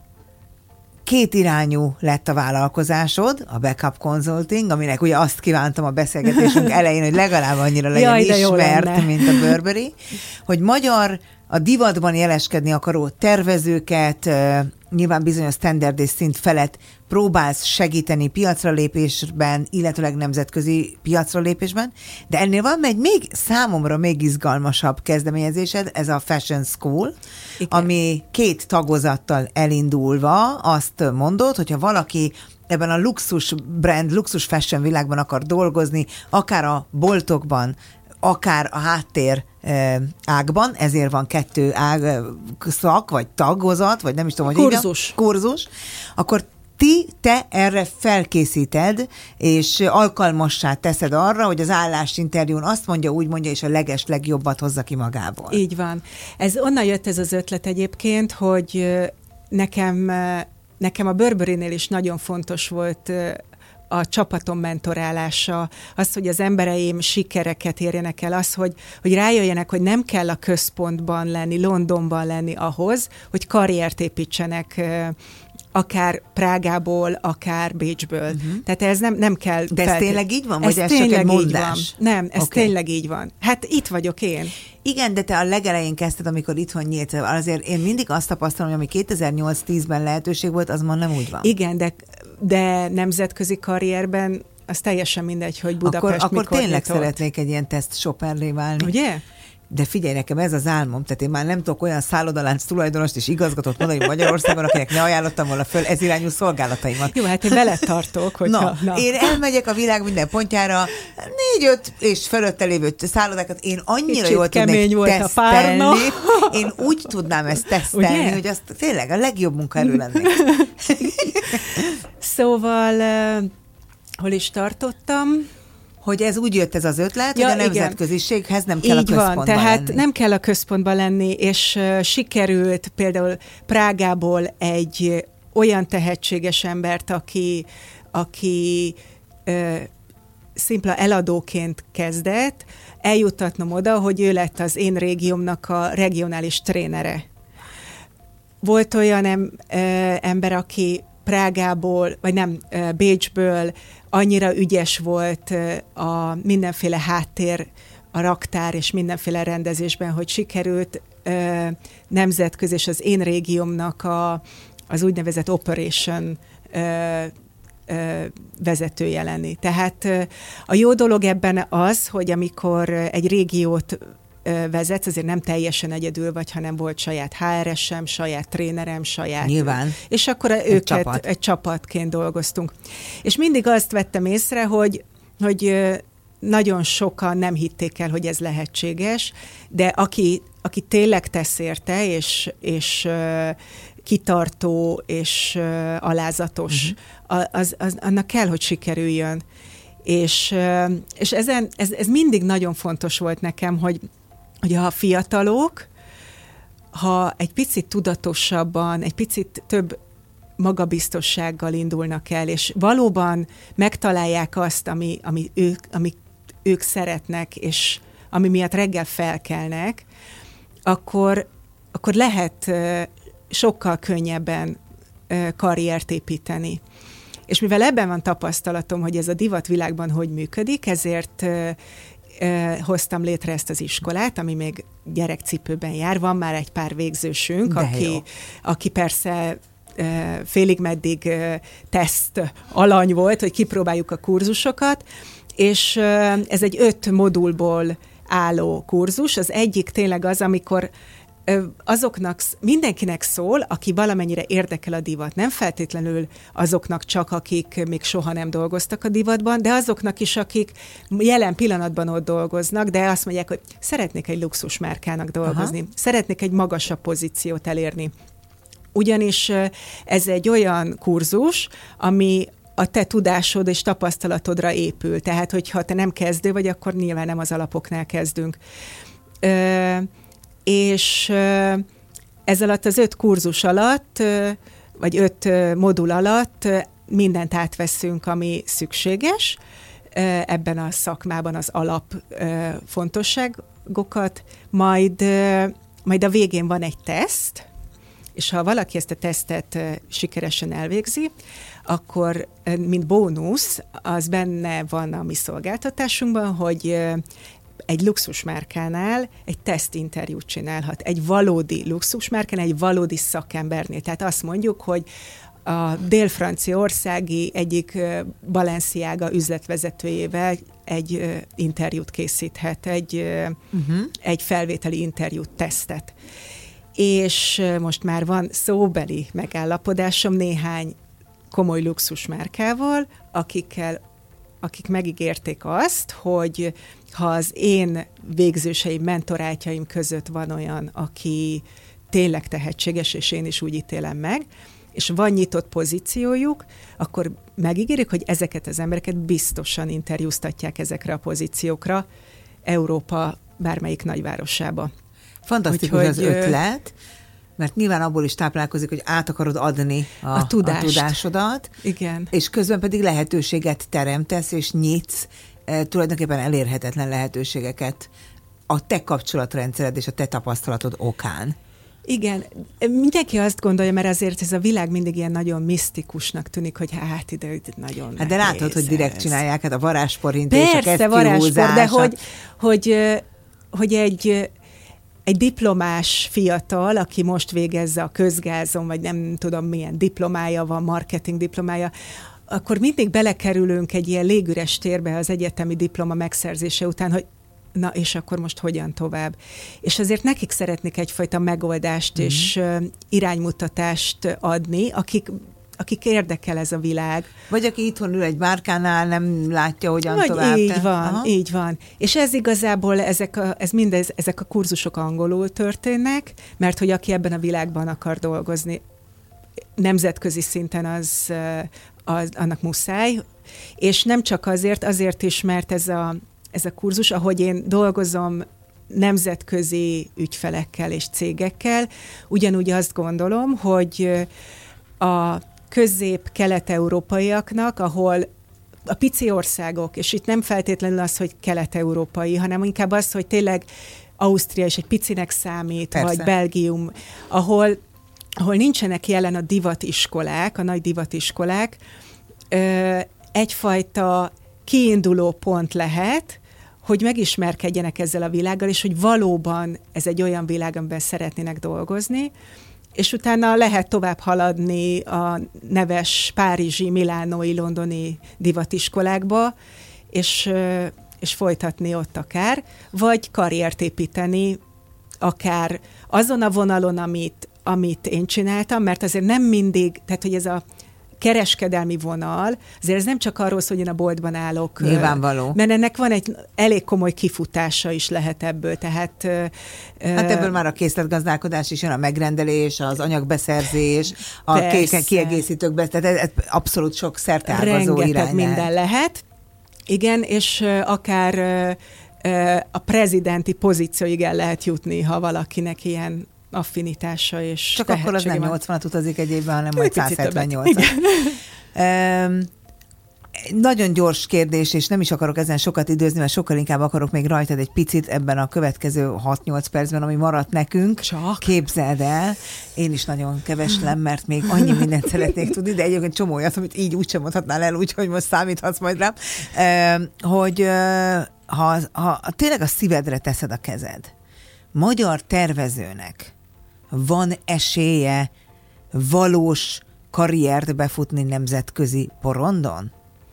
Speaker 2: két irányú lett a vállalkozásod, a Backup Consulting, aminek ugye azt kívántam a beszélgetésünk elején, hogy legalább annyira legyen Jaj, ismert, mint a Burberry, hogy magyar, a divatban jeleskedni akaró tervezőket, nyilván bizonyos standard és szint felett próbálsz segíteni piacra lépésben, illetőleg nemzetközi piacra lépésben, de ennél van egy még számomra még izgalmasabb kezdeményezésed, ez a Fashion School, igen. ami két tagozattal elindulva azt mondod, hogyha valaki ebben a luxus brand, luxus fashion világban akar dolgozni, akár a boltokban, akár a háttér ágban, ezért van kettő ág szak, vagy tagozat, vagy nem is tudom, hogy
Speaker 3: kurzus.
Speaker 2: Igen, kurzus, akkor ti, te erre felkészíted, és alkalmassá teszed arra, hogy az állásinterjún azt mondja, úgy mondja, és a leges legjobbat hozza ki magából.
Speaker 3: Így van. Ez onnan jött ez az ötlet egyébként, hogy nekem, nekem a Burberrynél is nagyon fontos volt a csapatom mentorálása, az, hogy az embereim sikereket érjenek el, az, hogy, hogy rájöjjenek, hogy nem kell a központban lenni, Londonban lenni ahhoz, hogy karriert építsenek akár Prágából, akár Bécsből. Uh-huh. Tehát ez nem, nem kell...
Speaker 2: De ez
Speaker 3: fel...
Speaker 2: tényleg így van? Vagy ez, ez csak egy mondás?
Speaker 3: Nem, ez
Speaker 2: okay.
Speaker 3: tényleg így van. Hát itt vagyok én.
Speaker 2: Igen, de te a legelején kezdted, amikor itthon nyílt. Azért én mindig azt tapasztalom, hogy ami kétezer-nyolc-tízben lehetőség volt, az ma nem úgy van.
Speaker 3: Igen, de, de nemzetközi karrierben az teljesen mindegy, hogy Budapest
Speaker 2: akkor,
Speaker 3: mikor
Speaker 2: Akkor tényleg
Speaker 3: nyitott.
Speaker 2: szeretnék egy ilyen teszt shopperré válni.
Speaker 3: Ugye?
Speaker 2: De figyelj nekem, ez az álmom, tehát én már nem tudok olyan szállodalánc tulajdonost és igazgatót mondani Magyarországon, akinek ne ajánlottam volna föl ez irányú szolgálataimat.
Speaker 3: Jó, hát én veled tartok, hogyha...
Speaker 2: Na, na, én elmegyek a világ minden pontjára, négy-öt és fölötte lévő szállodákat, én annyira
Speaker 3: Kicsit
Speaker 2: jól tudnék tesztelni, én úgy tudnám ezt tesztelni, ugye? Hogy azt tényleg a legjobb munkaerő lennék.
Speaker 3: Szóval, uh, hol is tartottam?
Speaker 2: Hogy ez úgy jött ez az ötlet,
Speaker 3: ja,
Speaker 2: hogy a nemzetköziséghez nem kell
Speaker 3: így
Speaker 2: a központban
Speaker 3: van, tehát
Speaker 2: lenni.
Speaker 3: nem kell a központban lenni, és uh, sikerült például Prágából egy olyan tehetséges embert, aki, aki uh, szimpla eladóként kezdett, eljuttatnom oda, hogy ő lett az én régiómnak a regionális trénere. Volt olyan em, uh, ember, aki Prágából, vagy nem, uh, Bécsből annyira ügyes volt a mindenféle háttér, a raktár és mindenféle rendezésben, hogy sikerült ö, nemzetközi és az én régiómnak a, az úgynevezett operation ö, ö, vezetője lenni. Tehát ö, a jó dolog ebben az, hogy amikor egy régiót vezetsz, azért nem teljesen egyedül vagy, hanem volt saját há er es-em, saját trénerem, saját...
Speaker 2: Nyilván.
Speaker 3: És akkor egy őket csapat. egy csapatként dolgoztunk. És mindig azt vettem észre, hogy, hogy nagyon sokan nem hitték el, hogy ez lehetséges, de aki, aki tényleg tesz érte, és, és kitartó, és alázatos, uh-huh. az, az, annak kell, hogy sikerüljön. És, és ezen, ez, ez mindig nagyon fontos volt nekem, hogy, hogy a fiatalok, ha egy picit tudatosabban, egy picit több magabiztossággal indulnak el, és valóban megtalálják azt, ami, ami ők, ami ők szeretnek, és ami miatt reggel felkelnek, akkor, akkor lehet sokkal könnyebben karriert építeni. És mivel ebben van tapasztalatom, hogy ez a divatvilágban hogy működik, ezért uh, uh, hoztam létre ezt az iskolát, ami még gyerekcipőben jár. Van már egy pár végzősünk, aki, aki persze uh, félig meddig uh, teszt alany volt, hogy kipróbáljuk a kurzusokat, és uh, ez egy öt modulból álló kurzus. Az egyik tényleg az, amikor azoknak, mindenkinek szól, aki valamennyire érdekel a divat. Nem feltétlenül azoknak csak, akik még soha nem dolgoztak a divatban, de azoknak is, akik jelen pillanatban ott dolgoznak, de azt mondják, hogy szeretnék egy luxusmárkának dolgozni, aha. szeretnék egy magasabb pozíciót elérni. Ugyanis ez egy olyan kurzus, ami a te tudásod és tapasztalatodra épül. Tehát, hogyha te nem kezdő vagy, akkor nyilván nem az alapoknál kezdünk. Ö, és ez alatt az öt kurzus alatt, vagy öt modul alatt mindent átveszünk, ami szükséges ebben a szakmában, az alap fontosságokat, majd, majd a végén van egy teszt, és ha valaki ezt a tesztet sikeresen elvégzi, akkor mint bónusz, az benne van a mi szolgáltatásunkban, hogy egy luxusmárkánál egy tesztinterjút csinálhat. Egy valódi luxusmárkánál, egy valódi szakembernél. Tehát azt mondjuk, hogy a dél-franciaországi egyik Balenciaga üzletvezetőjével egy interjút készíthet, egy, uh-huh. egy felvételi interjút, tesztet. És most már van szóbeli megállapodásom néhány komoly luxusmárkával, akikkel akik megígérték azt, hogy ha az én végzőseim, mentorátjaim között van olyan, aki tényleg tehetséges, és én is úgy ítélem meg, és van nyitott pozíciójuk, akkor megígérik, hogy ezeket az embereket biztosan interjúztatják ezekre a pozíciókra Európa bármelyik nagyvárosába.
Speaker 2: Fantasztikus az ötlet, mert nyilván abból is táplálkozik, hogy át akarod adni a, a, a tudásodat,
Speaker 3: igen.
Speaker 2: és közben pedig lehetőséget teremtesz, és nyitsz e, tulajdonképpen elérhetetlen lehetőségeket a te kapcsolatrendszered és a te tapasztalatod okán.
Speaker 3: Igen, mindenki azt gondolja, mert azért ez a világ mindig ilyen nagyon misztikusnak tűnik, hogy hát ide, ide nagyon
Speaker 2: hát de látod, hogy direkt
Speaker 3: ez.
Speaker 2: Csinálják, hát a varázsporintés, a
Speaker 3: persze, varázspor, de hogy, hogy, hogy egy... Egy diplomás fiatal, aki most végezze a közgázon, vagy nem tudom milyen diplomája van, marketing diplomája, akkor mindig belekerülünk egy ilyen légüres térbe az egyetemi diploma megszerzése után, hogy na és akkor most hogyan tovább. És azért nekik szeretnék egyfajta megoldást mm-hmm. és iránymutatást adni, akik akik érdekel ez a világ.
Speaker 2: Vagy aki itthon ül egy márkánál, nem látja, hogyan
Speaker 3: Vagy
Speaker 2: tovább.
Speaker 3: így
Speaker 2: te.
Speaker 3: van,
Speaker 2: Aha.
Speaker 3: így van. És ez igazából, ezek a, ez mindez, ezek a kurzusok angolul történnek, mert hogy aki ebben a világban akar dolgozni, nemzetközi szinten az, az annak muszáj. És nem csak azért, azért is, mert ez a, ez a kurzus, ahogy én dolgozom nemzetközi ügyfelekkel és cégekkel, ugyanúgy azt gondolom, hogy a közép-kelet-európaiaknak, ahol a pici országok, és itt nem feltétlenül az, hogy kelet-európai, hanem inkább az, hogy tényleg Ausztria is egy picinek számít, persze. vagy Belgium, ahol, ahol nincsenek jelen a divatiskolák, a nagy divatiskolák, egyfajta kiinduló pont lehet, hogy megismerkedjenek ezzel a világgal, és hogy valóban ez egy olyan világ, amiben szeretnének dolgozni, és utána lehet tovább haladni a neves párizsi, milánói, londoni divatiskolákba, és, és folytatni ott akár, vagy karriert építeni akár azon a vonalon, amit, amit én csináltam, mert azért nem mindig, tehát hogy ez a kereskedelmi vonal, azért ez nem csak arról szól, hogy én a boltban állok.
Speaker 2: Nyilvánvaló.
Speaker 3: Mert ennek van egy elég komoly kifutása is lehet ebből, tehát...
Speaker 2: Hát ebből már a készletgazdálkodás is jön, a megrendelés, az anyagbeszerzés, a kéken kiegészítők, be, tehát ez abszolút sok szerteágazó irány.
Speaker 3: Rengeteg minden lehet. Igen, és akár a prezidenti pozícióig el lehet jutni, ha valakinek ilyen affinitása és
Speaker 2: csak akkor az nem nyolcvanat utazik egy évben, hanem majd száz hetvennyolcat. um, Nagyon gyors kérdés, és nem is akarok ezen sokat időzni, mert sokkal inkább akarok még rajtad egy picit ebben a következő hat-nyolc percben, ami maradt nekünk.
Speaker 3: Csak.
Speaker 2: Képzeld el, én is nagyon keveslem, mert még annyi mindent szeretnék tudni, de egyébként csomó olyat, amit így úgysem mondhatnál el, úgyhogy most számíthatsz majd rám, hogy ha, ha tényleg a szívedre teszed a kezed, magyar tervezőnek van esélye valós karriert befutni nemzetközi porondon?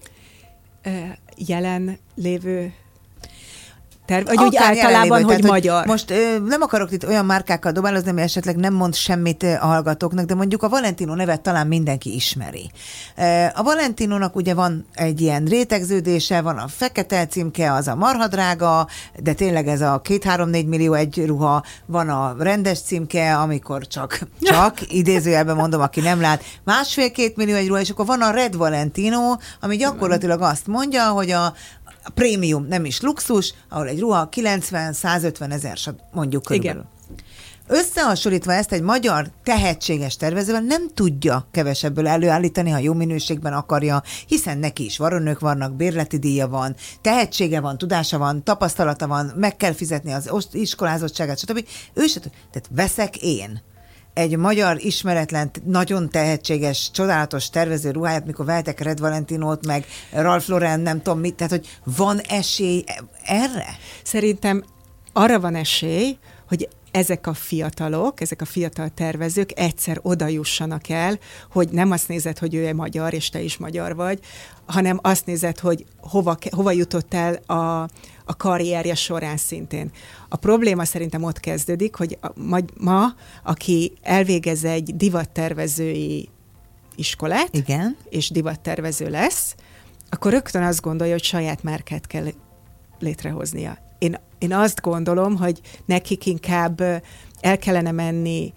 Speaker 3: Jelen lévő terv, vagy úgy általában, hogy tehát, magyar.
Speaker 2: Hogy most ö, nem akarok itt olyan márkákkal dobálozni, ami esetleg nem mond semmit a hallgatóknak, de mondjuk a Valentino nevet talán mindenki ismeri. A Valentinónak ugye van egy ilyen rétegződése, van a fekete címke, az a marhadrága, de tényleg ez a két-három-négy millió egy ruha, van a rendes címke, amikor csak, csak idézőjelben mondom, aki nem lát, másfél-két millió egy ruha, és akkor van a Red Valentino, ami gyakorlatilag azt mondja, hogy a A prémium, nem is luxus, ahol egy ruha kilencven-százötven ezer, mondjuk körülbelül. Igen. Összehasonlítva ezt egy magyar tehetséges tervezővel nem tudja kevesebből előállítani, ha jó minőségben akarja, hiszen neki is varonők vannak, bérleti díja van, tehetsége van, tudása van, tapasztalata van, meg kell fizetni az iskolázottságát, stb. Ő se tud. Tehát veszek én egy magyar ismeretlen, nagyon tehetséges, csodálatos tervező ruháját, mikor vehetek Red Valentinót, meg Ralph Lauren, nem tudom mit, tehát hogy van esély erre?
Speaker 3: Szerintem arra van esély, hogy ezek a fiatalok, ezek a fiatal tervezők egyszer oda jussanak el, hogy nem azt nézed, hogy ő magyar, és te is magyar vagy, hanem azt nézed, hogy hova, hova jutott el a, a karrierje során szintén. A probléma szerintem ott kezdődik, hogy a, ma, ma, aki elvégez egy divattervezői iskolát,
Speaker 2: igen,
Speaker 3: és divattervező lesz, akkor rögtön azt gondolja, hogy saját márkát kell létrehoznia. Én, én azt gondolom, hogy nekik inkább el kellene menni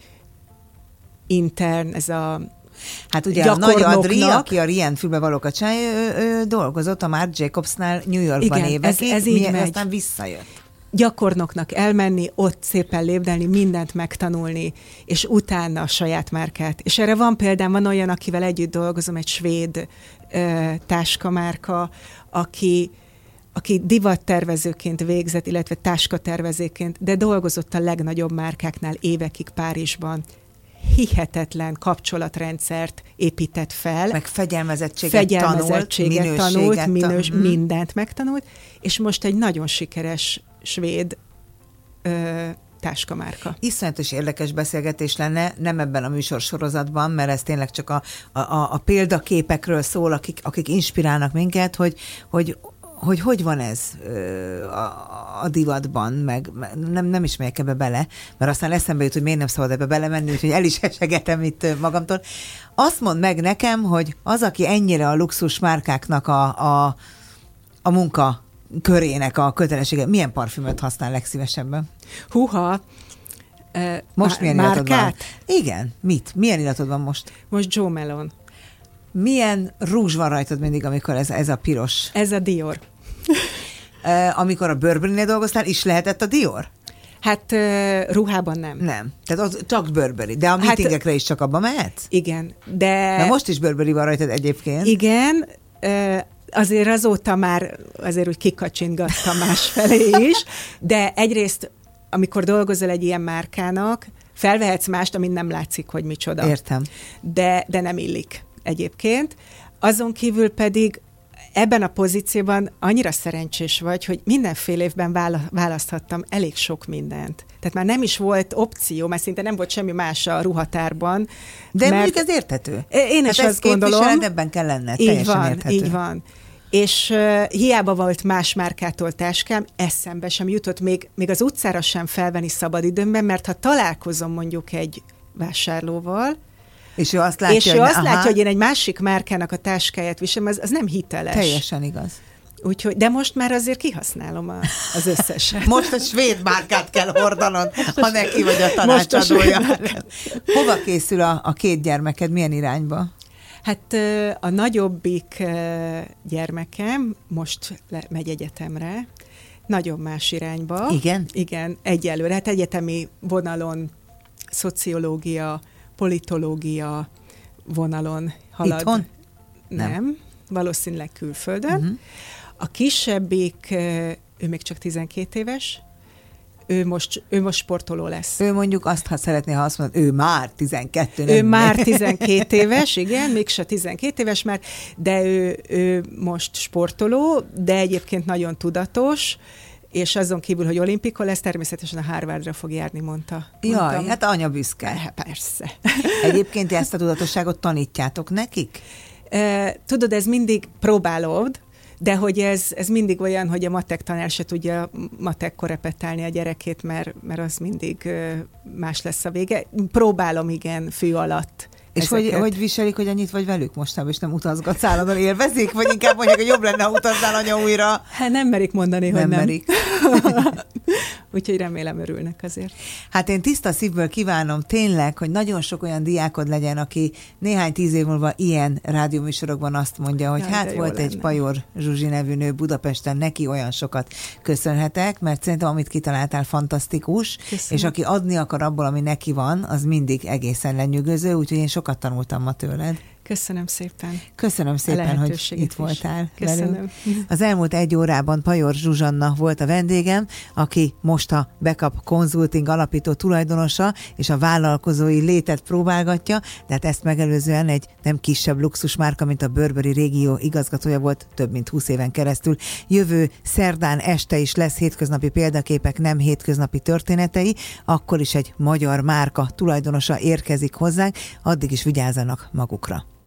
Speaker 3: intern, ez a
Speaker 2: hát ugye a Nagy Adri, aki a Rien fülbevalókat csinálja, ő, ő dolgozott a Marc Jacobsnál New Yorkban évekig, ez, ez így megy. Aztán visszajött.
Speaker 3: Gyakornoknak elmenni, ott szépen lépdelni, mindent megtanulni, és utána a saját márkát. És erre van példám, van olyan, akivel együtt dolgozom, egy svéd ö, táskamárka, aki aki divattervezőként végzett, illetve táskatervezőként, de dolgozott a legnagyobb márkáknál évekig Párizsban. Hihetetlen kapcsolatrendszert épített fel.
Speaker 2: Meg fegyelmezettséget,
Speaker 3: fegyelmezettséget
Speaker 2: tanult,
Speaker 3: tanult, minős,
Speaker 2: tan-
Speaker 3: mindent megtanult, és most egy nagyon sikeres svéd ö, táskamárka.
Speaker 2: Iszonyatos érdekes beszélgetés lenne, nem ebben a műsorsorozatban, mert ez tényleg csak a, a, a példaképekről szól, akik, akik inspirálnak minket, hogy, hogy hogy hogy van ez a, a divatban, meg nem, nem is megyek ebbe bele, mert aztán eszembe jut, hogy miért nem szabad ebbe belemenni, úgyhogy el is esegetem itt magamtól. Azt mondd meg nekem, hogy az, aki ennyire a luxus márkáknak a, a, a munka körének a kötelessége, milyen parfümöt használ legszívesebben?
Speaker 3: Húha!
Speaker 2: Most milyen illatod van? Igen, mit? Milyen illatod van most?
Speaker 3: Most Joe Malone.
Speaker 2: Milyen rúzs van rajtad mindig, amikor ez, ez a piros?
Speaker 3: Ez a Dior.
Speaker 2: uh, amikor a Burberry-nél dolgoztál, is lehetett a Dior?
Speaker 3: Hát uh, ruhában nem.
Speaker 2: Nem. Tehát az csak Burberry. De a meetingekre hát, is csak abba mehetsz?
Speaker 3: Igen. De...
Speaker 2: de most is Burberry van rajtad egyébként.
Speaker 3: Igen. Uh, azért azóta már azért úgy kikacsintgattam másfelé is. De egyrészt, amikor dolgozol egy ilyen márkának, felvehetsz mást, amin nem látszik, hogy micsoda.
Speaker 2: Értem.
Speaker 3: De, de nem illik egyébként. Azon kívül pedig ebben a pozícióban annyira szerencsés vagy, hogy mindenféle évben választhattam elég sok mindent. Tehát már nem is volt opció, mert szinte nem volt semmi más a ruhatárban.
Speaker 2: De mert mondjuk ez érthető.
Speaker 3: Én is
Speaker 2: hát
Speaker 3: azt gondolom.
Speaker 2: Ebben kell lenned,
Speaker 3: így
Speaker 2: teljesen
Speaker 3: van,
Speaker 2: érthető.
Speaker 3: így van. És uh, hiába volt más márkától táskám, eszembe sem jutott még, még az utcára sem felvenni szabadidőmben, mert ha találkozom mondjuk egy vásárlóval,
Speaker 2: és ő azt látja,
Speaker 3: és ő
Speaker 2: hogy,
Speaker 3: azt
Speaker 2: aha,
Speaker 3: látja, hogy én egy másik márkának a táskáját viselem, az, az nem hiteles.
Speaker 2: Teljesen igaz.
Speaker 3: Úgyhogy, de most már azért kihasználom a, az összeset.
Speaker 2: Most a svéd márkát kell hordanod, ha neki vagy a tanácsadója. Hova készül a, a két gyermeked, milyen irányba?
Speaker 3: Hát a nagyobbik gyermekem most le, megy egyetemre, nagyon más irányba.
Speaker 2: Igen?
Speaker 3: Igen, egyelőre. Hát egyetemi vonalon, szociológia, politológia vonalon halad.
Speaker 2: Itthon?
Speaker 3: Nem, Nem. valószínűleg külföldön. Uh-huh. A kisebbik, ő még csak tizenkét éves, ő most, ő most sportoló lesz.
Speaker 2: Ő mondjuk azt, ha szeretné, ha azt mondod, ő már tizenkettő.
Speaker 3: Ő már tizenkét éves, igen, mégse tizenkét éves már, de ő, ő most sportoló, de egyébként nagyon tudatos, és azon kívül, hogy olimpika lesz, természetesen a Harvardra fog járni, mondta.
Speaker 2: Jaj,
Speaker 3: Mondtam.
Speaker 2: hát anya büszke.
Speaker 3: Hát persze.
Speaker 2: Egyébként ezt a tudatosságot tanítjátok nekik?
Speaker 3: E, tudod, ez mindig próbálod, de hogy ez, ez mindig olyan, hogy a matek tanár se tudja matekkor repetálni a gyerekét, mert, mert az mindig más lesz a vége. Próbálom, igen, fű alatt.
Speaker 2: És hogy, hogy viselik, hogy annyit vagy velük mostában, és nem utazgatsz állandóan, élvezik? Vagy inkább mondják, hogy jobb lenne, ha utaznál anya újra?
Speaker 3: Hát nem merik mondani,
Speaker 2: nem
Speaker 3: hogy nem.
Speaker 2: merik.
Speaker 3: Úgyhogy remélem örülnek azért.
Speaker 2: Hát én tiszta szívből kívánom tényleg, hogy nagyon sok olyan diákod legyen, aki néhány tíz év múlva ilyen rádióműsorokban azt mondja, hogy ja, hát volt lenne. Egy Pajor Zsuzsi nevű nő Budapesten, neki olyan sokat köszönhetek, mert szerintem amit kitaláltál fantasztikus, köszönöm. És aki adni akar abból, ami neki van, az mindig egészen lenyűgöző, úgyhogy én sokat tanultam ma tőled.
Speaker 3: Köszönöm szépen.
Speaker 2: Köszönöm szépen, hogy itt voltál
Speaker 3: Köszönöm.
Speaker 2: velünk. Az elmúlt egy órában Pajor Zsuzsanna volt a vendégem, aki most a Backup Consulting alapító tulajdonosa, és a vállalkozói létet próbálgatja, de hát ezt megelőzően egy nem kisebb luxusmárka, mint a Burberry régió igazgatója volt több mint húsz éven keresztül. Jövő szerdán este is lesz hétköznapi példaképek, nem hétköznapi történetei, akkor is egy magyar márka tulajdonosa érkezik hozzánk, addig is vigyázzanak magukra.